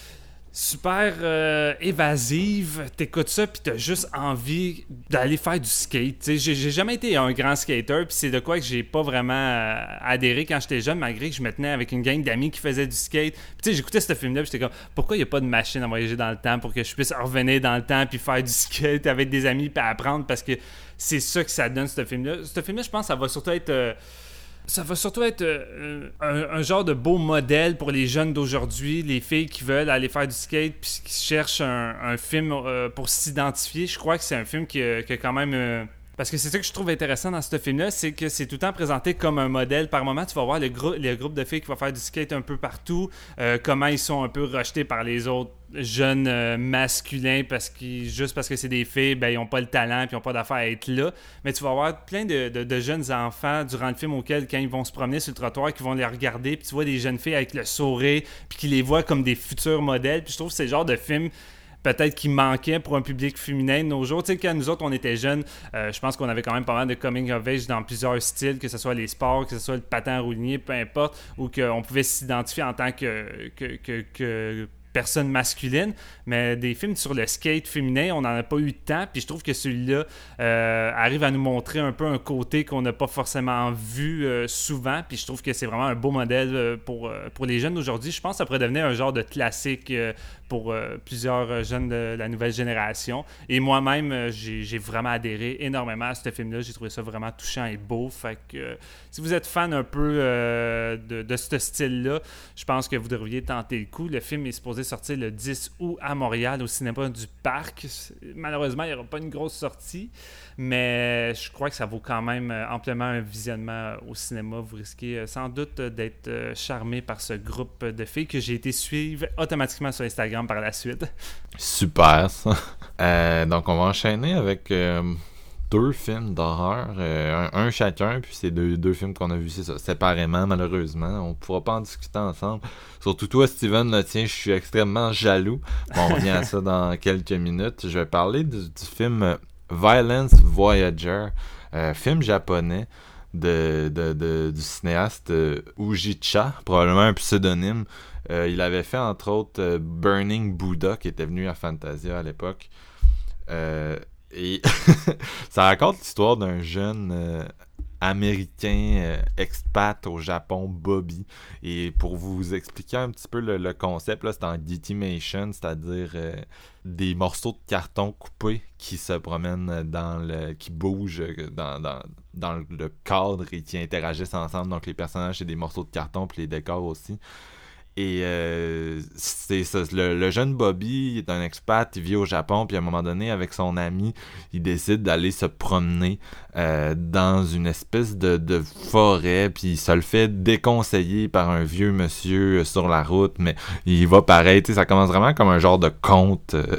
super euh, évasive. T'écoutes ça puis t'as juste envie d'aller faire du skate. T'sais, j'ai, j'ai jamais été un grand skater, puis c'est de quoi que j'ai pas vraiment euh, adhéré quand j'étais jeune, malgré que je me tenais avec une gang d'amis qui faisaient du skate. Puis tu sais, j'écoutais ce film-là puis j'étais comme, pourquoi il y a pas de machine à voyager dans le temps pour que je puisse revenir dans le temps puis faire du skate avec des amis puis apprendre, parce que c'est ça que ça donne, ce film-là. Ce film-là, je pense, ça va surtout être... Euh, Ça va surtout être euh, un, un genre de beau modèle pour les jeunes d'aujourd'hui, les filles qui veulent aller faire du skate puis qui cherchent un, un film euh, pour s'identifier. Je crois que c'est un film qui a, qui a quand même... Euh, parce que c'est ça que je trouve intéressant dans ce film-là, c'est que c'est tout le temps présenté comme un modèle. Par moment, tu vas voir le, grou- le groupe de filles qui va faire du skate un peu partout, euh, comment ils sont un peu rejetés par les autres jeunes euh, masculins parce qu'ils juste parce que c'est des filles, ben ils n'ont pas le talent puis ils n'ont pas d'affaire à être là. Mais tu vas voir plein de, de, de jeunes enfants durant le film auquel, quand ils vont se promener sur le trottoir, qui vont les regarder, puis tu vois des jeunes filles avec le sourire, puis qui les voient comme des futurs modèles. Puis je trouve que c'est le genre de film peut-être qui manquait pour un public féminin de nos jours. Tu sais, quand nous autres, on était jeunes, euh, je pense qu'on avait quand même pas mal de coming of age dans plusieurs styles, que ce soit les sports, que ce soit le patin à roulier, peu importe, ou qu'on pouvait s'identifier en tant que, que, que, que personne masculine, mais des films sur le skate féminin, on n'en a pas eu tant, puis je trouve que celui-là euh, arrive à nous montrer un peu un côté qu'on n'a pas forcément vu euh, souvent, puis je trouve que c'est vraiment un beau modèle euh, pour, euh, pour les jeunes d'aujourd'hui. Je pense que ça pourrait devenir un genre de classique euh, pour euh, plusieurs jeunes de la nouvelle génération, et moi-même, euh, j'ai, j'ai vraiment adhéré énormément à ce film-là. J'ai trouvé ça vraiment touchant et beau, fait que euh, si vous êtes fan un peu euh, de, de ce style-là, je pense que vous devriez tenter le coup. Le film est supposé sortir le dix août à Montréal au cinéma du Parc. Malheureusement, il n'y aura pas une grosse sortie, mais je crois que ça vaut quand même amplement un visionnement au cinéma. Vous risquez sans doute d'être charmé par ce groupe de filles que j'ai été suivre automatiquement sur Instagram par la suite. Super, ça. Euh, donc, on va enchaîner avec... Euh... deux films d'horreur, euh, un, un chacun, puis c'est deux, deux films qu'on a vus c'est ça, séparément, malheureusement. On ne pourra pas en discuter ensemble. Surtout toi, Steven, le tien, je suis extrêmement jaloux. Bon, on revient à ça dans quelques minutes. Je vais parler du, du film Violence Voyager, euh, film japonais de, de, de, du cinéaste euh, Ujicha, probablement un pseudonyme. Euh, il avait fait, entre autres, euh, Burning Buddha, qui était venu à Fantasia à l'époque. Euh... Et ça raconte l'histoire d'un jeune euh, américain euh, expat au Japon, Bobby. Et pour vous expliquer un petit peu le, le concept, là, c'est en Geekimation, c'est-à-dire euh, des morceaux de carton coupés qui se promènent dans le... qui bougent dans, dans, dans le cadre et qui interagissent ensemble. Donc les personnages, c'est des morceaux de carton, puis les décors aussi. Et euh, c'est ça, le, le jeune Bobby il est un expat, il vit au Japon, puis à un moment donné, avec son ami, il décide d'aller se promener euh, dans une espèce de, de forêt, puis il se le fait déconseiller par un vieux monsieur sur la route, mais il va pareil, tu sais, ça commence vraiment comme un genre de conte euh,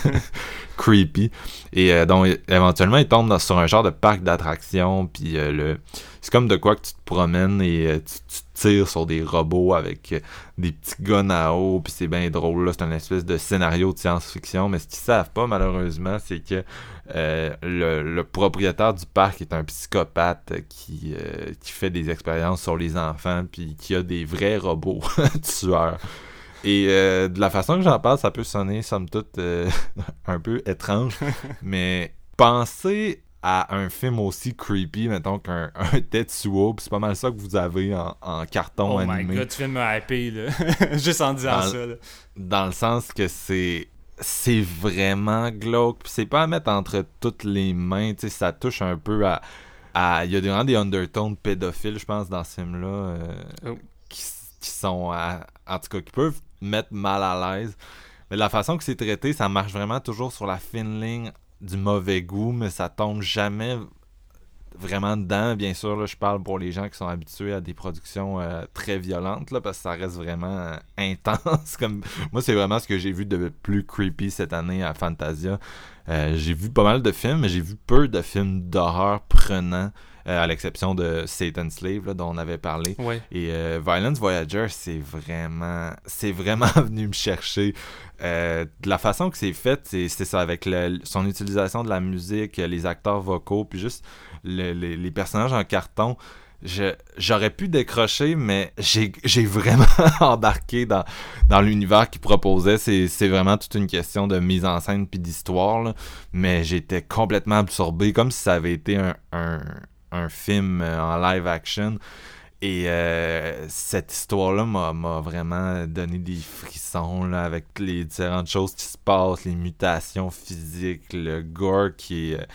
creepy, et euh, donc éventuellement, il tombe dans, sur un genre de parc d'attractions, puis euh, le... c'est comme de quoi que tu te promènes et euh, tu, tu tires sur des robots avec euh, des petits guns à eau, puis c'est bien drôle, là, c'est une espèce de scénario de science-fiction, mais ce qu'ils savent pas, malheureusement, c'est que euh, le, le propriétaire du parc est un psychopathe qui, euh, qui fait des expériences sur les enfants, puis qui a des vrais robots tueurs. Et euh, de la façon que j'en parle, ça peut sonner, somme toute, euh, un peu étrange, mais pensez à un film aussi creepy, mettons, qu'un un Tetsuo, pis c'est pas mal ça que vous avez en, en carton oh animé. Oh my god, tu viens de me hyper, là. Juste en disant dans, ça, là. Dans le sens que c'est c'est vraiment glauque, pis c'est pas à mettre entre toutes les mains, tu sais, ça touche un peu à... à il y a vraiment des undertones pédophiles, je pense, dans ce film-là, euh, oh. qui, qui sont, à, en tout cas, qui peuvent mettre mal à l'aise. Mais la façon que c'est traité, ça marche vraiment toujours sur la fine ligne du mauvais goût, mais ça tombe jamais vraiment dedans. Bien sûr, là, je parle pour les gens qui sont habitués à des productions euh, très violentes, là, parce que ça reste vraiment euh, intense. Comme... Moi, c'est vraiment ce que j'ai vu de plus creepy cette année à Fantasia. Euh, j'ai vu pas mal de films, mais j'ai vu peu de films d'horreur prenants, euh, à l'exception de Satan's Slave, là, dont on avait parlé. Ouais. Et euh, Violence Voyager, c'est vraiment... C'est vraiment venu me chercher. Euh, de la façon que c'est fait, c'est, c'est ça, avec le, son utilisation de la musique, les acteurs vocaux, puis juste le, les, les personnages en carton. Je, j'aurais pu décrocher, mais j'ai, j'ai vraiment embarqué dans, dans l'univers qu'il proposait. C'est, c'est vraiment toute une question de mise en scène puis d'histoire, là. Mais j'étais complètement absorbé, comme si ça avait été un, un, un film en live action. Et euh, cette histoire-là m'a, m'a vraiment donné des frissons, là, avec les différentes choses qui se passent, les mutations physiques, le gore qui est...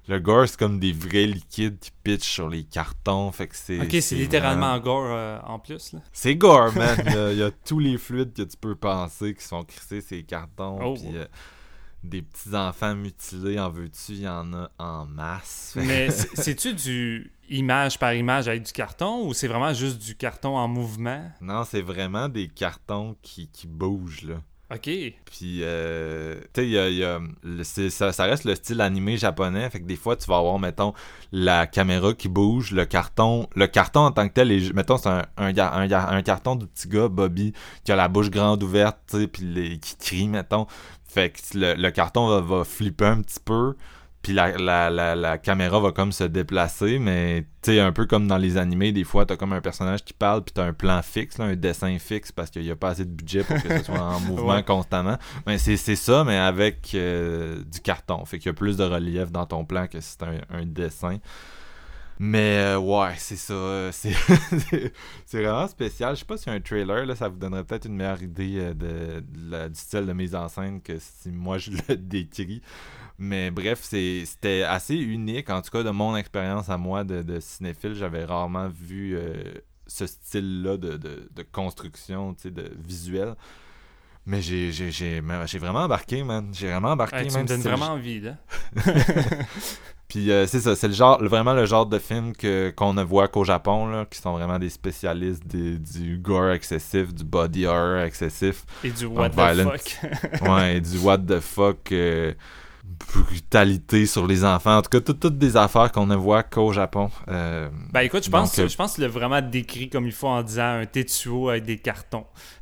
le gore, c'est comme des vrais liquides qui pitchent sur les cartons. Fait que c'est. Ok, c'est, c'est littéralement vraiment... gore euh, en plus. Là. C'est gore, man. Il y, a, il y a tous les fluides que tu peux penser qui sont crissés sur les cartons. Oh. Puis euh, des petits enfants mutilés, en veux-tu, il y en a en masse. Mais c'est, c'est-tu du image par image avec du carton ou c'est vraiment juste du carton en mouvement? Non, c'est vraiment des cartons qui, qui bougent, là. OK. Puis, euh, tu sais, y a, y a, le- c'est- ça, ça reste le style animé japonais. Fait que des fois, tu vas avoir, mettons, la caméra qui bouge, le carton. Le carton en tant que tel, est, mettons, c'est un, un, ga- un, ga- un carton du petit gars, Bobby, qui a la bouche grande ouverte, tu sais, puis les- qui crie, mettons. Fait que le, le carton va, va flipper un petit peu. Puis la, la, la, la caméra va comme se déplacer, mais tu sais, un peu comme dans les animés, des fois, t'as comme un personnage qui parle, puis t'as un plan fixe, là, un dessin fixe, parce qu'il n'y a pas assez de budget pour que ce soit en mouvement Ouais. constamment. Mais c'est, c'est ça, mais avec euh, du carton. Fait qu'il y a plus de relief dans ton plan que si c'est un, un dessin. Mais euh, ouais, c'est ça. euh, C'est, c'est, c'est vraiment spécial. Je sais pas si un trailer, là, ça vous donnerait peut-être une meilleure idée euh, de, de la- du style de mise en scène que si moi je le décris. Mais bref, c'est, c'était assez unique, en tout cas de mon expérience à moi de, de cinéphile. J'avais rarement vu euh, ce style-là de, de, de construction, tu sais, de visuel. Mais j'ai, j'ai, j'ai, j'ai vraiment embarqué, man. J'ai vraiment embarqué, Ouais, tu me même donnes si c'est- vraiment envie, là. Puis euh, c'est ça, c'est le genre, vraiment le genre de film que, qu'on ne voit qu'au Japon, là, qui sont vraiment des spécialistes des- du gore excessif, du body horror excessif. Et du Donc, what the violent. fuck. Ouais, et du what the fuck, euh, brutalité sur les enfants. En tout cas, tout- toutes des affaires qu'on ne voit qu'au Japon. Euh, Ben écoute, je donc, pense, euh, je pense que tu l'as vraiment décrit comme il faut en disant un Tetsuo avec des cartons.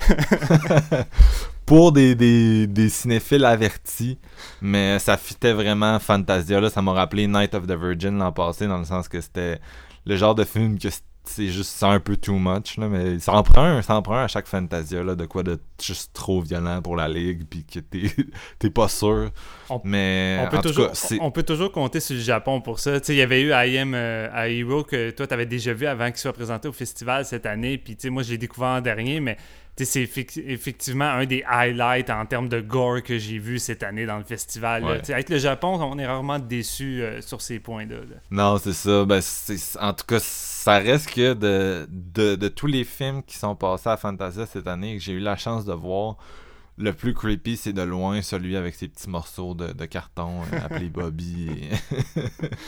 pour des, des, des cinéphiles avertis, mais ça fitait vraiment Fantasia. Là, ça m'a rappelé Night of the Virgin l'an passé, dans le sens que c'était le genre de film que c'est juste c'est un peu too much, là, mais ça en prend un, ça en prend un à chaque Fantasia, là, de quoi de juste trop violent pour la ligue, puis que t'es, t'es pas sûr. On- mais On peut, en tout toujours, cas, c'est... on peut toujours compter sur le Japon pour ça. Tu sais, il y avait eu I Am euh, a Hero que toi, tu avais déjà vu avant qu'il soit présenté au festival cette année. Puis, tu sais, moi, je l'ai découvert en dernier, mais tu sais, c'est effi- effectivement un des highlights en termes de gore que j'ai vu cette année dans le festival. là. Ouais. Tu sais, avec le Japon, on est rarement déçus euh, sur ces points-là. là. Non, c'est ça. Ben, c'est, en tout cas, ça reste que de, de, de tous les films qui sont passés à Fantasia cette année et que j'ai eu la chance de voir, le plus creepy, c'est de loin celui avec ses petits morceaux de, de carton euh, appelés Bobby. et-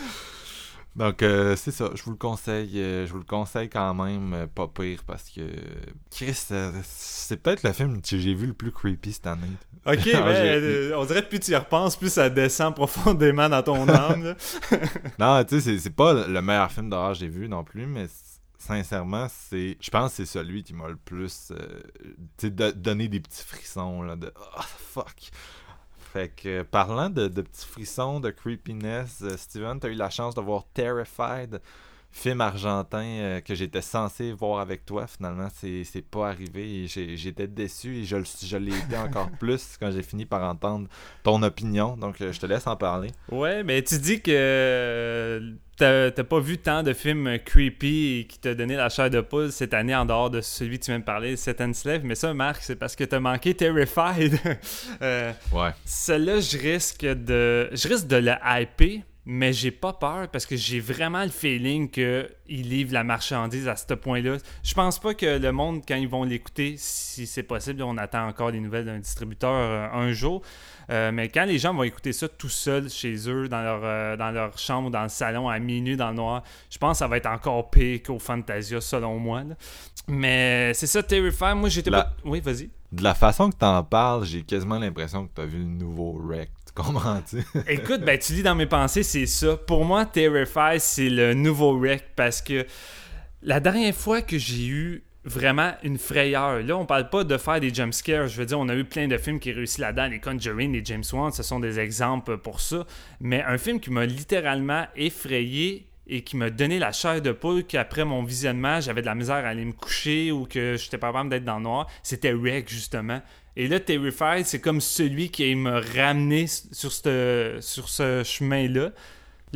Donc, euh, c'est ça. Je vous le conseille. euh, je vous le conseille quand même, euh, pas pire, parce que Chris, euh, c'est peut-être le film que j'ai vu le plus creepy cette année. Ok, Ah, mais j'ai- euh, on dirait que plus tu y repenses, plus ça descend profondément dans ton âme. là. Non, tu sais, c'est, c'est pas le meilleur film d'horreur que j'ai vu non plus, mais c- sincèrement, c'est, je pense que c'est celui qui m'a le plus, euh, tu sais, de- donné des petits frissons, là, de « Oh, fuck! » Fait que, euh, parlant de, de petits frissons, de creepiness, euh, Steven, t'as eu la chance de voir Terrified, film argentin euh, que j'étais censé voir avec toi. Finalement, c'est, c'est pas arrivé et j'ai- j'étais déçu et je, le- je l'ai été encore plus quand j'ai fini par entendre ton opinion. Donc, euh, je te laisse en parler. Ouais, mais tu dis que euh, t'as, t'as pas vu tant de films creepy et qui t'a donné la chair de poule cette année en dehors de celui que tu viens de parler, Satan Slave. Mais ça, Marc, c'est parce que t'as manqué Terrified. euh, Ouais. Celle-là, je risque de je risque de le hyper, mais j'ai pas peur parce que j'ai vraiment le feeling qu'il livre la marchandise à ce point-là. Je pense pas que le monde, quand ils vont l'écouter, si c'est possible, on attend encore les nouvelles d'un distributeur euh, un jour, euh, mais quand les gens vont écouter ça tout seuls chez eux, dans leur, euh, dans leur chambre ou dans le salon, à minuit, dans le noir, je pense que ça va être encore pire qu'au Fantasia, selon moi. là. Mais c'est ça, Terrifier. Moi, j'étais La- pas... Oui, vas-y. De la façon que t'en parles, j'ai quasiment l'impression que t'as vu le nouveau Wreck. Tu comprends-tu? Écoute, ben tu lis dans mes pensées, c'est ça. Pour moi, Terrify, c'est le nouveau Wreck parce que la dernière fois que j'ai eu vraiment une frayeur, là, on parle pas de faire des jumpscares. Je veux dire, on a eu plein de films qui réussissent là-dedans. Les Conjuring, les James Wan, ce sont des exemples pour ça. Mais un film qui m'a littéralement effrayé et qui m'a donné la chair de poule qu'après mon visionnement, j'avais de la misère à aller me coucher ou que j'étais pas capable d'être dans le noir, c'était Wreck, justement. Et là, Terrified, c'est comme celui qui m'a ramené sur ce, sur ce chemin-là.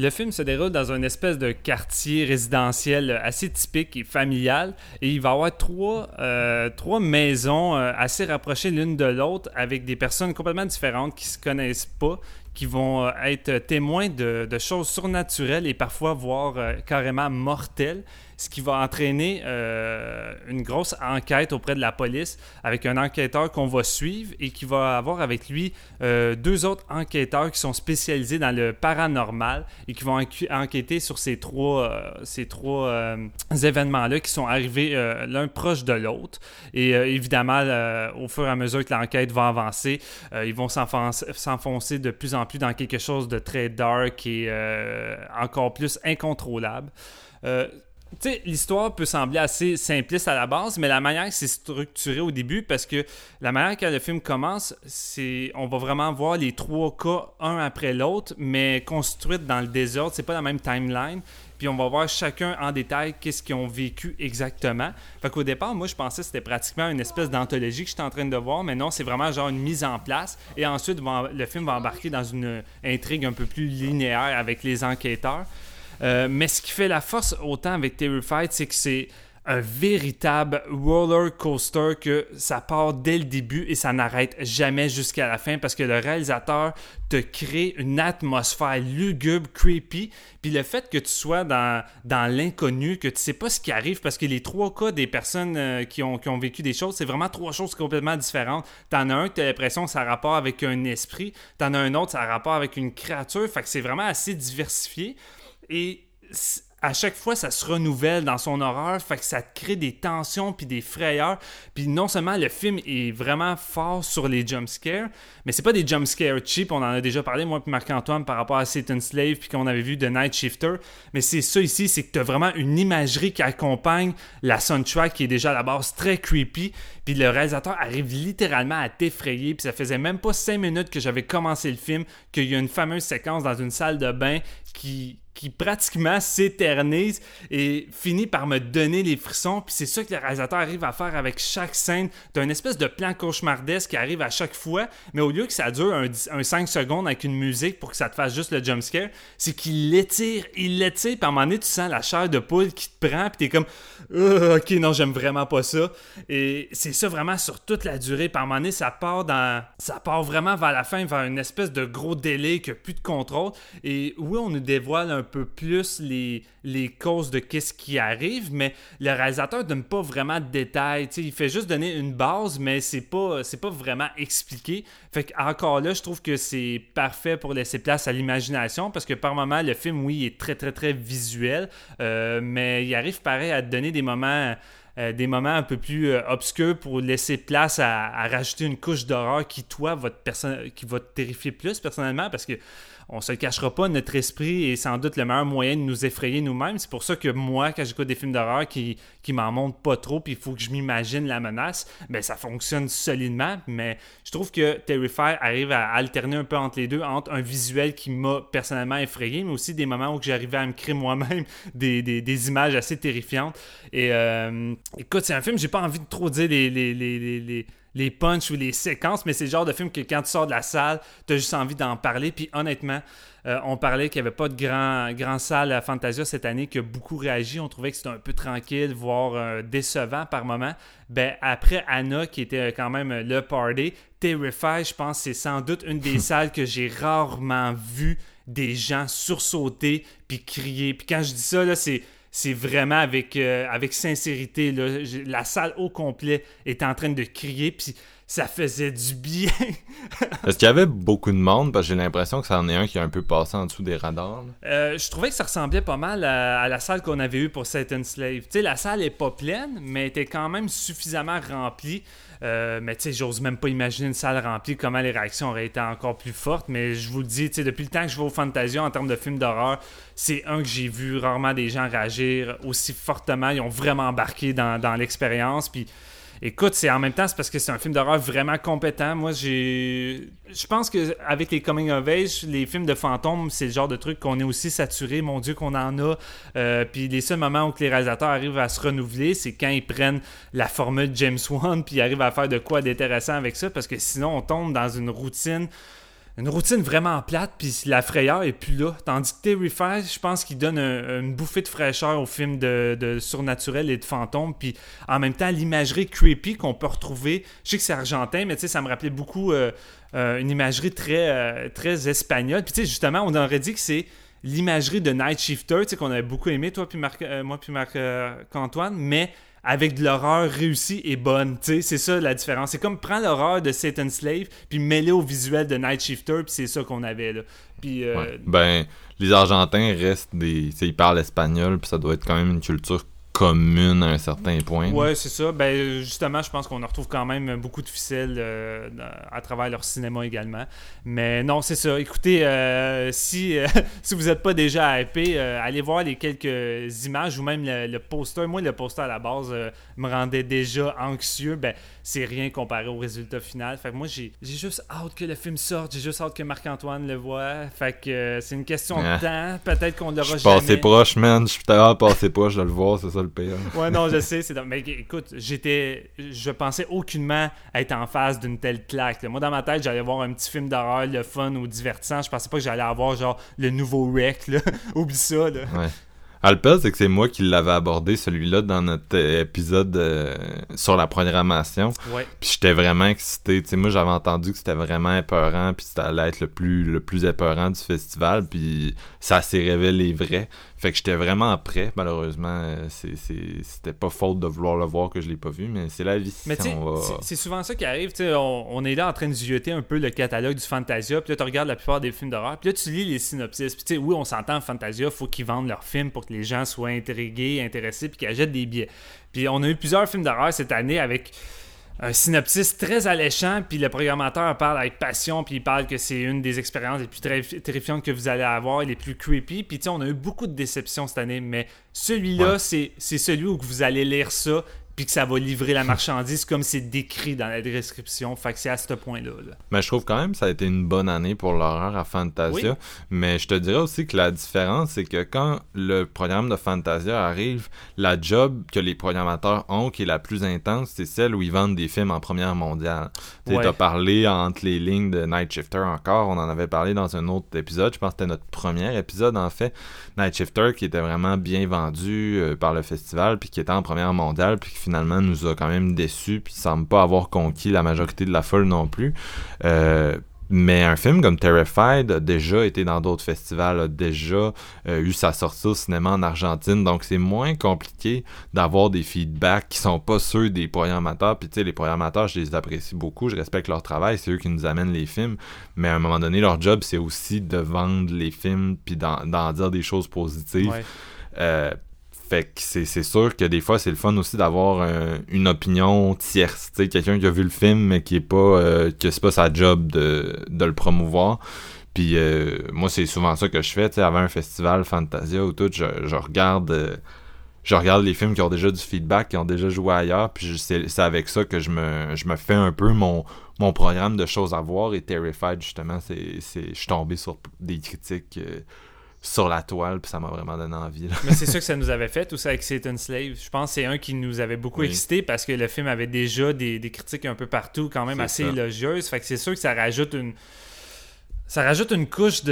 Le film se déroule dans une espèce de quartier résidentiel assez typique et familial. Et il va y avoir trois, euh, trois maisons euh, assez rapprochées l'une de l'autre avec des personnes complètement différentes qui ne se connaissent pas, qui vont euh, être témoins de, de choses surnaturelles et parfois voire euh, carrément mortelles, ce qui va entraîner euh, une grosse enquête auprès de la police avec un enquêteur qu'on va suivre et qui va avoir avec lui euh, deux autres enquêteurs qui sont spécialisés dans le paranormal et qui vont enqu- enquêter sur ces trois, euh, ces trois euh, événements-là qui sont arrivés euh, l'un proche de l'autre. Et euh, évidemment, euh, au fur et à mesure que l'enquête va avancer, euh, ils vont s'enfoncer, s'enfoncer de plus en plus dans quelque chose de très dark et euh, encore plus incontrôlable. Euh, Tu sais, l'histoire peut sembler assez simpliste à la base, mais la manière que c'est structuré au début, parce que la manière que le film commence, c'est on va vraiment voir les trois cas un après l'autre, mais construites dans le désordre. C'est pas la même timeline. Puis on va voir chacun en détail qu'est-ce qu'ils ont vécu exactement. Fait qu'au départ, moi, je pensais que c'était pratiquement une espèce d'anthologie que j'étais en train de voir, mais non, c'est vraiment genre une mise en place. Et ensuite, le film va embarquer dans une intrigue un peu plus linéaire avec les enquêteurs. Euh, mais ce qui fait la force autant avec Terrified, c'est que c'est un véritable roller coaster, que ça part dès le début et ça n'arrête jamais jusqu'à la fin parce que le réalisateur te crée une atmosphère lugubre, creepy. Puis le fait que tu sois dans, dans l'inconnu, que tu sais pas ce qui arrive, parce que les trois cas des personnes euh, qui, ont, qui ont vécu des choses, c'est vraiment trois choses complètement différentes. T'en as un que t'as l'impression que ça a rapport avec un esprit, t'en as un autre, ça a rapport avec une créature. Fait que c'est vraiment assez diversifié. Et à chaque fois, ça se renouvelle dans son horreur, fait que ça te crée des tensions puis des frayeurs. Puis non seulement le film est vraiment fort sur les jumpscares, mais c'est pas des jumpscares cheap, on en a déjà parlé, moi et Marc-Antoine, par rapport à Satan's Slave puis qu'on avait vu The Night Shifter. Mais c'est ça ici, c'est que t'as vraiment une imagerie qui accompagne la soundtrack qui est déjà à la base très creepy. Puis le réalisateur arrive littéralement à t'effrayer. Puis ça faisait même pas cinq minutes que j'avais commencé le film qu'il y a une fameuse séquence dans une salle de bain qui... qui pratiquement s'éternise et finit par me donner les frissons. Puis c'est ça que le réalisateur arrive à faire avec chaque scène. T'as une espèce de plan cauchemardesque qui arrive à chaque fois, mais au lieu que ça dure un, un cinq secondes avec une musique pour que ça te fasse juste le jumpscare, c'est qu'il l'étire, il l'étire, puis à un moment donné, tu sens la chair de poule qui te prend, puis t'es comme euh, « Ok, non, j'aime vraiment pas ça. » Et c'est ça vraiment sur toute la durée. Puis à un moment donné, ça part dans... ça part vraiment vers la fin, vers une espèce de gros délai qui n'a plus de contrôle. Et oui, on nous dévoile un peu plus les, les causes de qu'est-ce qui arrive, mais le réalisateur donne pas vraiment de détails. T'sais, il fait juste donner une base, mais c'est pas, c'est pas vraiment expliqué. Fait qu'encore là, je trouve que c'est parfait pour laisser place à l'imagination, parce que par moments, le film, oui, est très, très, très visuel, euh, mais il arrive pareil à te donner des moments... Euh, des moments un peu plus euh, obscurs pour laisser place à, à rajouter une couche d'horreur qui, toi, va te, perso- qui va te terrifier plus personnellement, parce que on se le cachera pas, notre esprit est sans doute le meilleur moyen de nous effrayer nous-mêmes. C'est pour ça que moi, quand j'écoute des films d'horreur qui, qui m'en montrent pas trop, puis il faut que je m'imagine la menace, ben ça fonctionne solidement. Mais je trouve que Terrifier arrive à alterner un peu entre les deux, entre un visuel qui m'a personnellement effrayé, mais aussi des moments où j'arrivais à me créer moi-même des, des, des images assez terrifiantes. Et euh, écoute, c'est un film, j'ai pas envie de trop dire les... les, les, les, les les punchs ou les séquences, mais c'est le genre de film que quand tu sors de la salle, tu as juste envie d'en parler. Puis honnêtement, euh, on parlait qu'il n'y avait pas de grand, grand salle à Fantasia cette année, qui a beaucoup réagi. On trouvait que c'était un peu tranquille, voire euh, décevant par moment. Ben, après Anna, qui était quand même le party, Terrified, je pense que c'est sans doute une des salles que j'ai rarement vu des gens sursauter puis crier. Puis quand je dis ça, là, c'est... c'est vraiment avec, euh, avec sincérité. Là. La salle au complet était en train de crier, puis ça faisait du bien. Est-ce qu'il y avait beaucoup de monde? Parce que j'ai l'impression que c'en est un qui a un peu passé en dessous des radars. Euh, je trouvais que ça ressemblait pas mal à, à la salle qu'on avait eue pour Satan's Slave. Tu sais, la salle est pas pleine, mais était quand même suffisamment remplie. Euh, mais tu sais, j'ose même pas imaginer une salle remplie, comment les réactions auraient été encore plus fortes. Mais je vous le dis, tu sais, depuis le temps que je vais au Fantasia en termes de films d'horreur, c'est un que j'ai vu rarement des gens réagir aussi fortement. Ils ont vraiment embarqué dans, dans l'expérience. Puis écoute, c'est en même temps, c'est parce que c'est un film d'horreur vraiment compétent. Moi, j'ai... Je pense qu'avec les coming of age, les films de fantômes, c'est le genre de truc qu'on est aussi saturé. Mon Dieu, qu'on en a. Euh, puis les seuls moments où les réalisateurs arrivent à se renouveler, c'est quand ils prennent la formule James Wan puis ils arrivent à faire de quoi d'intéressant avec ça, parce que sinon, on tombe dans une routine une routine vraiment plate, puis la frayeur est plus là. Tandis que Terrified, je pense qu'il donne un, une bouffée de fraîcheur au film de, de surnaturel et de fantômes, puis en même temps, l'imagerie creepy qu'on peut retrouver. Je sais que c'est argentin, mais tu sais, ça me rappelait beaucoup euh, euh, une imagerie très, euh, très espagnole. Puis tu sais, justement, on aurait dit que c'est l'imagerie de Night Shifter, tu sais, qu'on avait beaucoup aimé, toi puis Marc, euh, moi puis Marc-Antoine, mais avec de l'horreur réussie et bonne, tu sais, c'est ça la différence. C'est comme prendre l'horreur de Satan's Slave puis mêler au visuel de Night Shifter, puis c'est ça qu'on avait là. Puis euh... ouais. Ben, les Argentins restent des, tu sais, ils parlent espagnol, puis ça doit être quand même une culture commune à un certain point. Ouais, c'est ça. Ben justement, je pense qu'on en retrouve quand même beaucoup de ficelles euh, à travers leur cinéma également. Mais non, c'est ça. Écoutez, euh, si, euh, si vous n'êtes pas déjà hypé, euh, allez voir les quelques images ou même le, le poster. Moi, le poster à la base euh, me rendait déjà anxieux. Ben, c'est rien comparé au résultat final. Fait que moi, j'ai, j'ai juste hâte que le film sorte. J'ai juste hâte que Marc-Antoine le voit. Fait que euh, c'est une question ah. de temps. Peut-être qu'on l'aura jamais. Je suis passé proche, man. Je suis tellement passé proche de le voir. C'est ça le pire. Ouais, non, je sais. C'est... Mais écoute, j'étais... Je pensais aucunement être en face d'une telle claque. Là. Moi, dans ma tête, j'allais voir un petit film d'horreur, le fun ou divertissant. Je pensais pas que j'allais avoir, genre, le nouveau Wreck, là. Oublie ça, là. Ouais. Ah, le pire, c'est que c'est moi qui l'avais abordé, celui-là, dans notre euh, épisode euh, sur la programmation. Ouais. Puis j'étais vraiment excité. Tu sais, moi, j'avais entendu que c'était vraiment épeurant, puis ça allait être le plus, le plus épeurant du festival, puis ça s'est révélé vrai. Fait que j'étais vraiment prêt. Malheureusement, c'est, c'est, c'était pas faute de vouloir le voir que je l'ai pas vu, mais c'est la vie. Mais tu sais, va... c'est, c'est souvent ça qui arrive. On, on est là en train de zioter un peu le catalogue du Fantasia, puis là, tu regardes la plupart des films d'horreur, puis là, tu lis les synopsis. Puis tu sais, oui, on s'entend, Fantasia, faut qu'ils vendent leurs films pour que les gens soient intrigués, intéressés, puis qu'ils achètent des billets. Puis on a eu plusieurs films d'horreur cette année avec un synopsis très alléchant, puis le programmateur parle avec passion, puis il parle que c'est une des expériences les plus terri- terrifiantes que vous allez avoir, les plus creepy. Puis tu sais, on a eu beaucoup de déceptions cette année, mais celui-là, ouais. c'est, c'est celui où vous allez lire ça, puis que ça va livrer la marchandise comme c'est décrit dans la description. Fait que c'est à ce point-là. Là. Mais je trouve quand même que ça a été une bonne année pour l'horreur à Fantasia. Oui. Mais je te dirais aussi que la différence, c'est que quand le programme de Fantasia arrive, la job que les programmateurs ont, qui est la plus intense, c'est celle où ils vendent des films en première mondiale. Tu sais, ouais. t'as parlé entre les lignes de Night Shifter encore, on en avait parlé dans un autre épisode, je pense que c'était notre premier épisode en fait, Night Shifter, qui était vraiment bien vendu euh, par le festival, puis qui était en première mondiale, puis qui finalement nous a quand même déçus, puis semble pas avoir conquis la majorité de la foule non plus. Euh, mais un film comme Terrified a déjà été dans d'autres festivals, a déjà euh, eu sa sortie au cinéma en Argentine, donc c'est moins compliqué d'avoir des feedbacks qui sont pas ceux des programmateurs. Puis tu sais, les programmateurs, je les apprécie beaucoup, je respecte leur travail, c'est eux qui nous amènent les films, mais à un moment donné, leur job, c'est aussi de vendre les films, puis d'en, d'en dire des choses positives. Ouais. Euh, Fait que c'est, c'est sûr que des fois, c'est le fun aussi d'avoir un, une opinion tierce. Tu sais, quelqu'un qui a vu le film, mais qui est pas, euh, que c'est pas sa job de, de le promouvoir. Puis euh, moi, c'est souvent ça que je fais. Tu sais, avant un festival Fantasia ou tout, je, je regarde... Euh, je regarde les films qui ont déjà du feedback, qui ont déjà joué ailleurs, puis je, c'est, c'est avec ça que je me, je me fais un peu mon, mon programme de choses à voir. Et Terrified, justement, c'est, c'est, je suis tombé sur des critiques... Euh, sur la toile, puis ça m'a vraiment donné envie. Là. Mais c'est ça que ça nous avait fait aussi avec Satan's Slave. Je pense que c'est un qui nous avait beaucoup oui. excité parce que le film avait déjà des, des critiques un peu partout, quand même c'est assez ça. élogieuses. Fait que c'est sûr que ça rajoute une... Ça rajoute une couche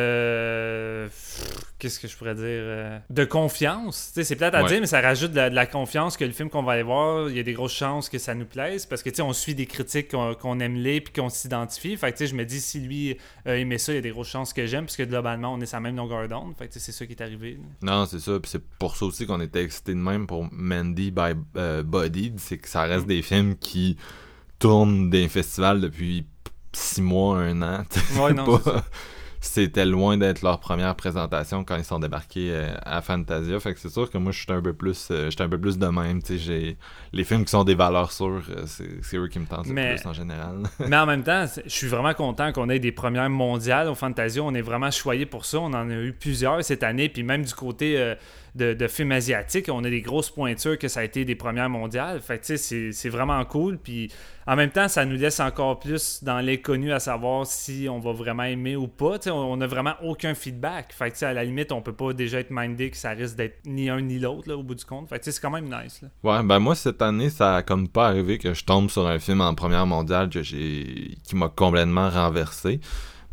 de... Qu'est-ce que je pourrais dire? De confiance. T'sais, c'est peut-être à ouais. dire, mais ça rajoute de la, de la confiance que le film qu'on va aller voir, il y a des grosses chances que ça nous plaise. Parce que, tu sais, on suit des critiques qu'on, qu'on aime lire puis qu'on s'identifie. Fait que, tu sais, je me dis, si lui euh, aimait ça, il y a des grosses chances que j'aime. Puisque globalement, on est sur la même longueur d'onde. Fait que, tu sais, c'est ça qui est arrivé. Là. Non, c'est ça. Puis c'est pour ça aussi qu'on était excités de même pour Mandy by uh, Bodied. C'est que ça reste mm. des films qui tournent des festivals depuis six mois, un an. Ouais, non, pas... C'était loin d'être leur première présentation quand ils sont débarqués euh, à Fantasia. Fait que c'est sûr que moi, je suis un peu plus euh, j'étais un peu plus de même. T'sais, j'ai... Les films qui sont des valeurs sûres, euh, c'est, c'est eux qui me tentent mais... le plus en général. Mais en même temps, je suis vraiment content qu'on ait des premières mondiales au Fantasia. On est vraiment choyés pour ça. On en a eu plusieurs cette année. Puis même du côté... Euh... De, de films asiatiques, on a des grosses pointures que ça a été des premières mondiales. Fait que tu sais, c'est, c'est vraiment cool. Puis en même temps, ça nous laisse encore plus dans l'inconnu à savoir si on va vraiment aimer ou pas. Tu sais, on n'a vraiment aucun feedback. Fait que tu sais, à la limite, on peut pas déjà être mindé que ça risque d'être ni un ni l'autre là, au bout du compte. Fait que tu sais, c'est quand même nice. Là. Ouais, ben moi, cette année, ça a comme pas arrivé que je tombe sur un film en première mondiale que j'ai qui m'a complètement renversé.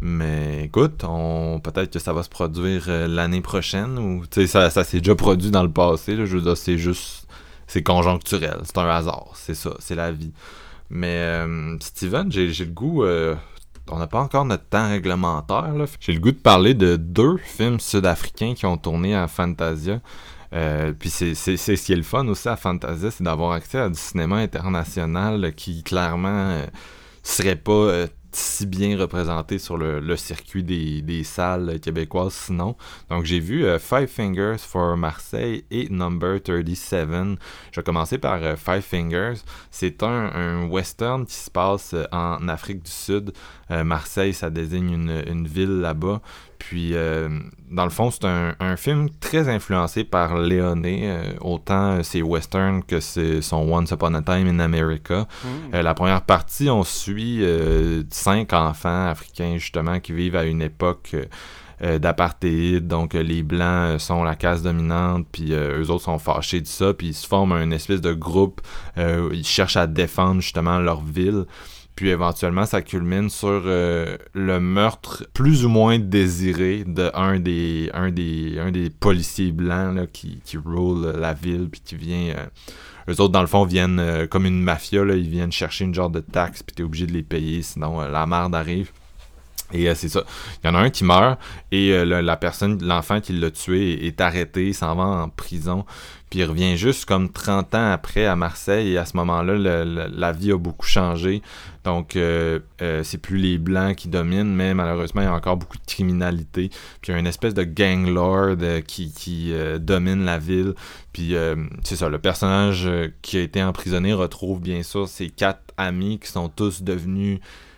Mais écoute, on peut-être que ça va se produire euh, l'année prochaine, ou tu sais, ça, ça s'est déjà produit dans le passé, là, je veux dire, c'est juste, c'est conjoncturel, c'est un hasard, c'est ça, c'est la vie. Mais euh, Steven, j'ai, j'ai le goût, euh, on n'a pas encore notre temps réglementaire, là. J'ai le goût de parler de deux films sud-africains qui ont tourné à Fantasia. Euh, puis c'est, c'est, c'est ce qui est le fun aussi à Fantasia, c'est d'avoir accès à du cinéma international qui clairement euh, serait pas euh, si bien représenté sur le, le circuit des, des salles québécoises sinon. Donc j'ai vu euh, Five Fingers for Marseille et Number trente-sept. Je vais commencer par euh, Five Fingers. C'est un, un western qui se passe euh, en Afrique du Sud. Euh, Marseille, ça désigne une, une ville là-bas. Puis, euh, dans le fond, c'est un, un film très influencé par Leone. Euh, autant euh, c'est western que c'est son Once Upon a Time in America. Mm. Euh, la première partie, on suit euh, cinq enfants africains, justement, qui vivent à une époque euh, d'apartheid. Donc, euh, les Blancs sont la caste dominante, puis euh, eux autres sont fâchés de ça. Puis, ils se forment une espèce de groupe. Euh, ils cherchent à défendre, justement, leur ville. Puis éventuellement, ça culmine sur euh, le meurtre plus ou moins désiré de un des un des un des policiers blancs là, qui qui roule la ville puis qui vient. Euh, eux autres dans le fond viennent euh, comme une mafia là, ils viennent chercher une genre de taxe puis t'es obligé de les payer sinon euh, la merde arrive. Et euh, c'est ça. Il y en a un qui meurt et euh, la, la personne, l'enfant qui l'a tué est, est arrêté, il s'en va en prison. Puis il revient juste comme trente ans après à Marseille et à ce moment-là, le, le, la vie a beaucoup changé. Donc euh, euh, c'est plus les Blancs qui dominent, mais malheureusement il y a encore beaucoup de criminalité. Puis il y a une espèce de gang lord euh, qui, qui euh, domine la ville. Puis euh, c'est ça, le personnage euh, qui a été emprisonné retrouve bien sûr ses quatre amis qui sont tous devenus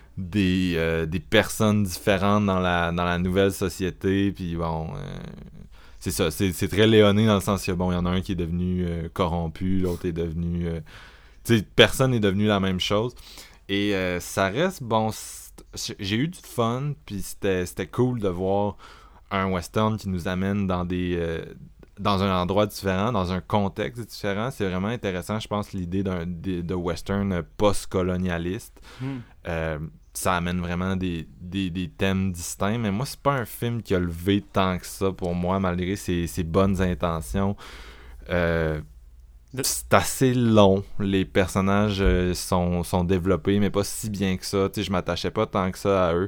des euh, des personnes différentes dans la dans la nouvelle société. Puis bon euh, c'est ça, c'est, c'est très léoné dans le sens que bon, il y en a un qui est devenu euh, corrompu, l'autre est devenu euh, tu sais, personne n'est devenu la même chose. Et euh, ça reste bon, j'ai eu du fun, puis c'était c'était cool de voir un western qui nous amène dans des euh, dans un endroit différent, dans un contexte différent. C'est vraiment intéressant, je pense, l'idée d'un de, de western post-colonialiste. Mm. Euh, ça amène vraiment des, des, des thèmes distincts, mais moi, c'est pas un film qui a levé tant que ça pour moi, malgré ses, ses bonnes intentions. Euh, c'est assez long. Les personnages euh, sont, sont développés, mais pas si bien que ça. Tu sais, je m'attachais pas tant que ça à eux.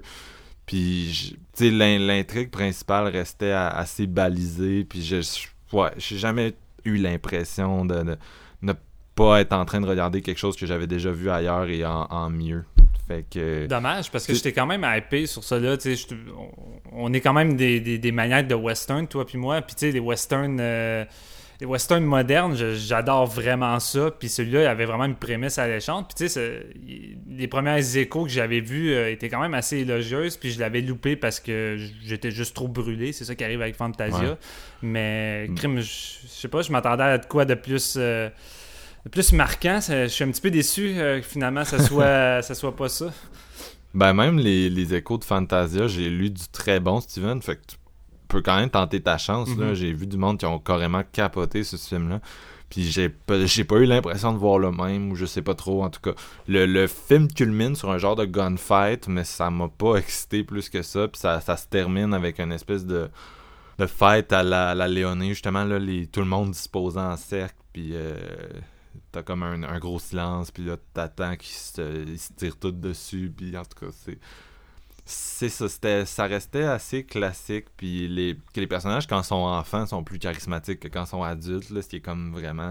Puis, tu sais, l'intrigue principale restait à, assez balisée, puis je, je ouais, j'ai jamais eu l'impression de, de ne pas être en train de regarder quelque chose que j'avais déjà vu ailleurs et en, en mieux. Fait que, dommage, parce que j'étais quand même hypé sur ça là. On, on est quand même des, des, des maniaques de western, toi puis moi. Puis tu sais, les westerns, euh, les westerns modernes, je, j'adore vraiment ça. Puis celui-là, il avait vraiment une prémisse alléchante. Puis tu sais, les premières échos que j'avais vus euh, étaient quand même assez élogieuses. Puis je l'avais loupé parce que j'étais juste trop brûlé. C'est ça qui arrive avec Fantasia. Ouais. Mais crime, je, je sais pas, je m'attendais à quoi de plus... Euh, plus marquant, ça, je suis un petit peu déçu euh, que finalement ça soit ça soit pas ça. Ben même les, les échos de Fantasia, j'ai lu du très bon Steven, fait que tu peux quand même tenter ta chance. Mm-hmm. Là. J'ai vu du monde qui ont carrément capoté sur ce film-là. Puis j'ai pas, j'ai pas eu l'impression de voir le même, ou je sais pas trop, en tout cas. Le, le film culmine sur un genre de gunfight, mais ça m'a pas excité plus que ça. Puis ça, ça se termine avec une espèce de, de fight à la, la Leone, justement, là, les, tout le monde disposé en cercle, puis... Euh, t'as comme un, un gros silence, puis là t'attends qu'ils se, ils se tirent tout dessus, puis en tout cas c'est c'est ça, c'était, ça restait assez classique, puis les, que les personnages quand ils sont enfants sont plus charismatiques que quand ils sont adultes, là, ce qui est comme vraiment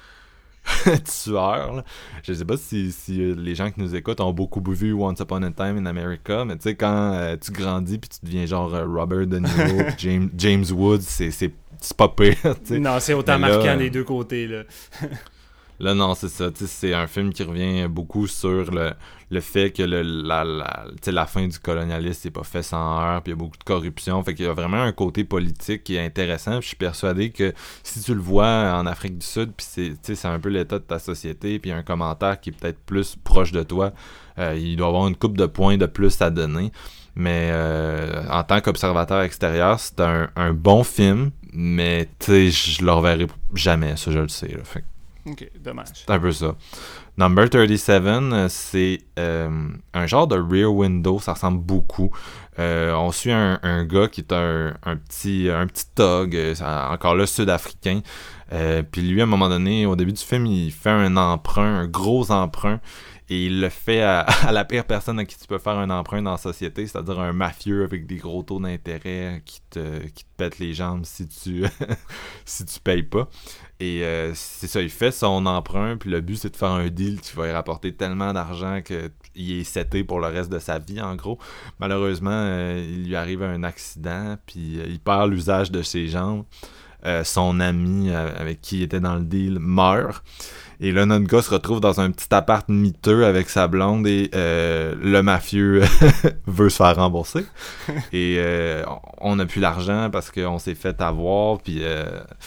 euh, tueur, là. Je sais pas si, si euh, les gens qui nous écoutent ont beaucoup vu Once Upon a Time in America, mais tu sais quand euh, tu grandis puis tu deviens genre euh, Robert De Niro, James, James Woods, c'est, c'est, c'est pas pire, t'sais. Non, c'est autant mais marquant là, des deux côtés, là. Là, non, c'est ça. C'est un film qui revient beaucoup sur le, le fait que le, la, la, la fin du colonialisme c'est pas fait sans heurts, puis il y a beaucoup de corruption. Fait qu'il y a vraiment un côté politique qui est intéressant. Puis je suis persuadé que si tu le vois en Afrique du Sud, puis c'est, c'est un peu l'état de ta société, puis un commentaire qui est peut-être plus proche de toi, euh, il doit avoir une couple de points de plus à donner. Mais euh, en tant qu'observateur extérieur, c'est un, un bon film, mais tu sais, je le reverrai jamais, ça je le sais. Là. Fait Ok, dommage. C'est un peu ça. Number trente-sept, euh, c'est euh, un genre de Rear Window, ça ressemble beaucoup. Euh, on suit un, un gars qui est un, un petit un petit thug, euh, encore là sud-africain. Euh, puis lui, à un moment donné, au début du film, il fait un emprunt, un gros emprunt. Et il le fait à, à la pire personne à qui tu peux faire un emprunt dans la société, c'est-à-dire un mafieux avec des gros taux d'intérêt qui te, qui te pète les jambes si tu si tu payes pas. Et euh, c'est ça, il fait son emprunt, puis le but c'est de faire un deal qui va lui rapporter tellement d'argent qu'il est seté pour le reste de sa vie, en gros. Malheureusement, euh, il lui arrive un accident, puis euh, il perd l'usage de ses jambes. Euh, son ami euh, avec qui il était dans le deal meurt. Et là, notre gars se retrouve dans un petit appart miteux avec sa blonde et euh, le mafieux veut se faire rembourser. Et euh, on n'a plus l'argent parce qu'on s'est fait avoir, puis euh,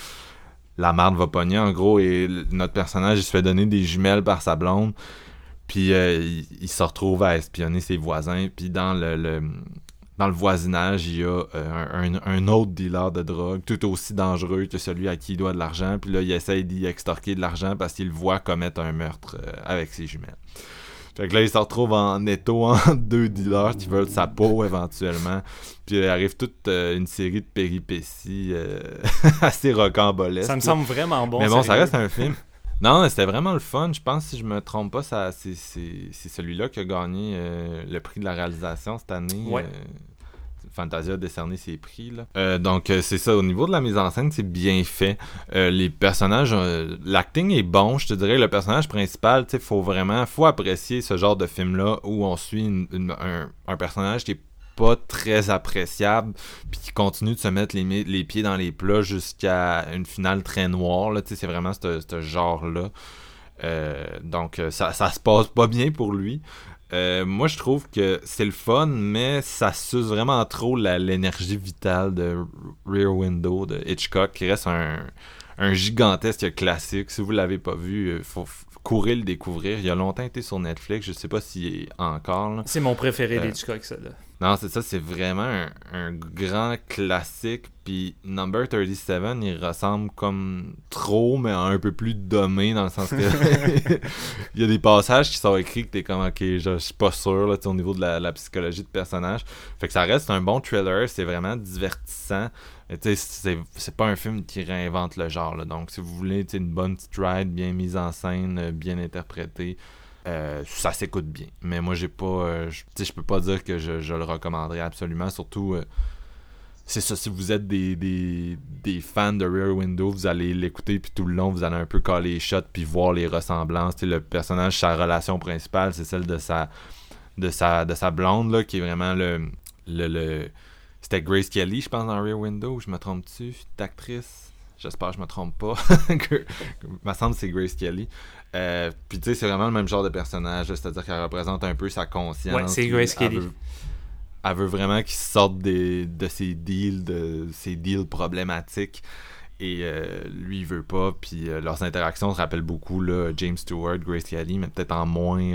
la merde va pogner en gros. Et notre personnage, il se fait donner des jumelles par sa blonde. Puis euh, il, il se retrouve à espionner ses voisins. Puis dans le... le Dans le voisinage, il y a euh, un, un, un autre dealer de drogue, tout aussi dangereux que celui à qui il doit de l'argent. Puis là, il essaye d'y extorquer de l'argent parce qu'il le voit commettre un meurtre euh, avec ses jumelles. Fait que là, il se retrouve en étau entre deux dealers qui veulent sa peau éventuellement. Puis il arrive toute euh, une série de péripéties euh, assez rocambolesques. Ça me semble vraiment bon. Mais bon, sérieux. ça reste un film. Non, c'était vraiment le fun. Je pense, si je me trompe pas, ça, c'est, c'est, c'est celui-là qui a gagné euh, le prix de la réalisation cette année. Ouais. Euh, Fantasia a décerné ses prix. Là. Euh, donc, euh, c'est ça. Au niveau de la mise en scène, c'est bien fait. Euh, les personnages... Euh, l'acting est bon, je te dirais. Le personnage principal, tu sais, faut vraiment... faut apprécier ce genre de film-là où on suit une, une, un, un personnage qui est pas très appréciable puis qui continue de se mettre les, les pieds dans les plats jusqu'à une finale très noire. Là. Tu sais, c'est vraiment ce, ce genre-là. Euh, donc, ça, ça se passe pas bien pour lui. Euh, moi, je trouve que c'est le fun, mais ça suce vraiment trop la, l'énergie vitale de Rear Window de Hitchcock, qui reste un, un gigantesque classique. Si vous l'avez pas vu, il faut f- courir le découvrir. Il a longtemps été sur Netflix, je sais pas s'il est encore. Là. C'est mon préféré Euh, d'Hitchcock, ça, là. Non, c'est ça, c'est vraiment un, un grand classique. Puis Number trente-sept, il ressemble comme trop, mais un peu plus dommé, dans le sens que il y a des passages qui sont écrits que t'es comme, ok, je, je suis pas sûr là, au niveau de la, la psychologie de personnage. Fait que ça reste un bon thriller, c'est vraiment divertissant. Mais tu sais, c'est, c'est pas un film qui réinvente le genre. Là. Donc, si vous voulez une bonne petite ride, bien mise en scène, bien interprétée, Euh, ça s'écoute bien, mais moi j'ai pas euh, je, je peux pas dire que je, je le recommanderais absolument, surtout euh, c'est ça, si vous êtes des, des, des fans de Rear Window, vous allez l'écouter puis tout le long vous allez un peu coller les shots puis voir les ressemblances. T'sais, le personnage, sa relation principale, c'est celle de sa de sa de sa blonde là, qui est vraiment le le, le... c'était Grace Kelly, je pense, dans Rear Window, je me trompe-tu d'actrice? J'espère que je me trompe pas. Il me semble que c'est Grace Kelly. Euh, puis tu sais, c'est vraiment le même genre de personnage, là, c'est-à-dire qu'elle représente un peu sa conscience. Ouais, c'est Grace elle Kelly. Veut, elle veut vraiment qu'il sorte des, de ses deals, de ses deals problématiques. Et euh, lui, il veut pas. Puis euh, leurs interactions se rappellent beaucoup là, James Stewart, Grace Kelly, mais peut-être en moins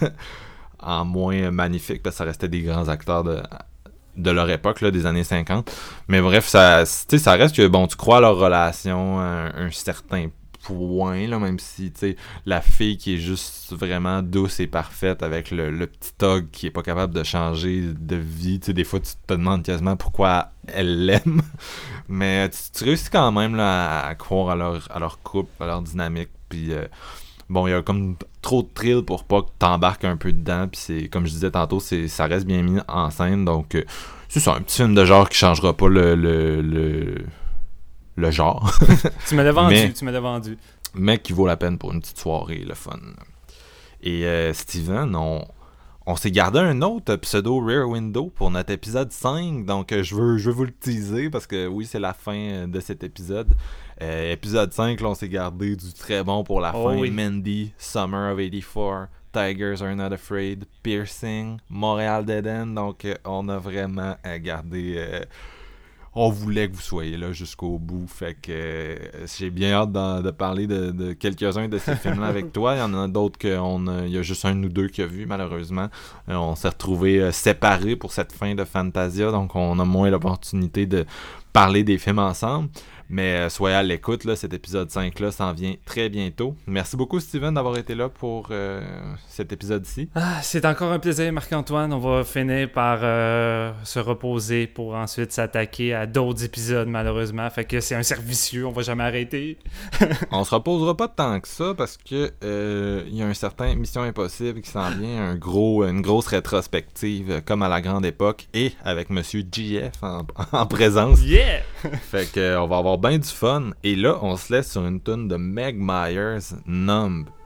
en moins magnifique, parce que ça restait des grands acteurs de de leur époque, là, des années cinquante. Mais bref, ça, ça reste que, bon, tu crois à leur relation à un, un certain point, là, même si, tu sais, la fille qui est juste vraiment douce et parfaite avec le, le petit Tog qui est pas capable de changer de vie, tu sais, des fois, tu te demandes quasiment pourquoi elle l'aime. Mais tu, tu réussis quand même, là, à, à croire à leur, à leur couple, à leur dynamique, puis... Euh, bon, il y a comme trop de thrill pour pas que t'embarques un peu dedans, puis c'est, comme je disais tantôt, c'est, ça reste bien mis en scène, donc euh, c'est ça, un petit film de genre qui changera pas le le, le, le genre. Tu me l'as vendu, mais, tu me l'as vendu. Mais qui vaut la peine pour une petite soirée, le fun. Et euh, Steven, on, on s'est gardé un autre pseudo Rear Window pour notre épisode cinq, donc euh, je veux je veux vous le teaser, parce que oui, c'est la fin de cet épisode. Euh, épisode cinq, là, on s'est gardé du très bon pour la oh, fin. Oui. Mandy, Summer of eighty-four, Tigers Are Not Afraid, Piercing, Montréal Dead End. Donc, euh, on a vraiment euh, gardé... Euh, on voulait que vous soyez là jusqu'au bout. Fait que euh, j'ai bien hâte de, de parler de, de quelques-uns de ces films-là avec toi. Il y en a d'autres qu'on a... Il y a juste un ou deux qui a vu, malheureusement. Euh, on s'est retrouvés euh, séparés pour cette fin de Fantasia. Donc, on a moins l'opportunité de parler des films ensemble. Mais euh, soyez à l'écoute, là, cet épisode cinq-là s'en vient très bientôt. Merci beaucoup, Steven, d'avoir été là pour euh, cet épisode-ci. Ah, c'est encore un plaisir, Marc-Antoine. On va finir par euh, se reposer pour ensuite s'attaquer à d'autres épisodes, malheureusement. Fait que c'est un cercle vicieux, on va jamais arrêter. On se reposera pas tant que ça parce que euh, il y a un certain Mission Impossible qui s'en vient, un gros, une grosse rétrospective comme à la grande époque et avec Monsieur G F en, en présence. Yeah! Fait que euh, on va avoir bien du fun. Et là, on se laisse sur une tune de Meg Myers, Numb.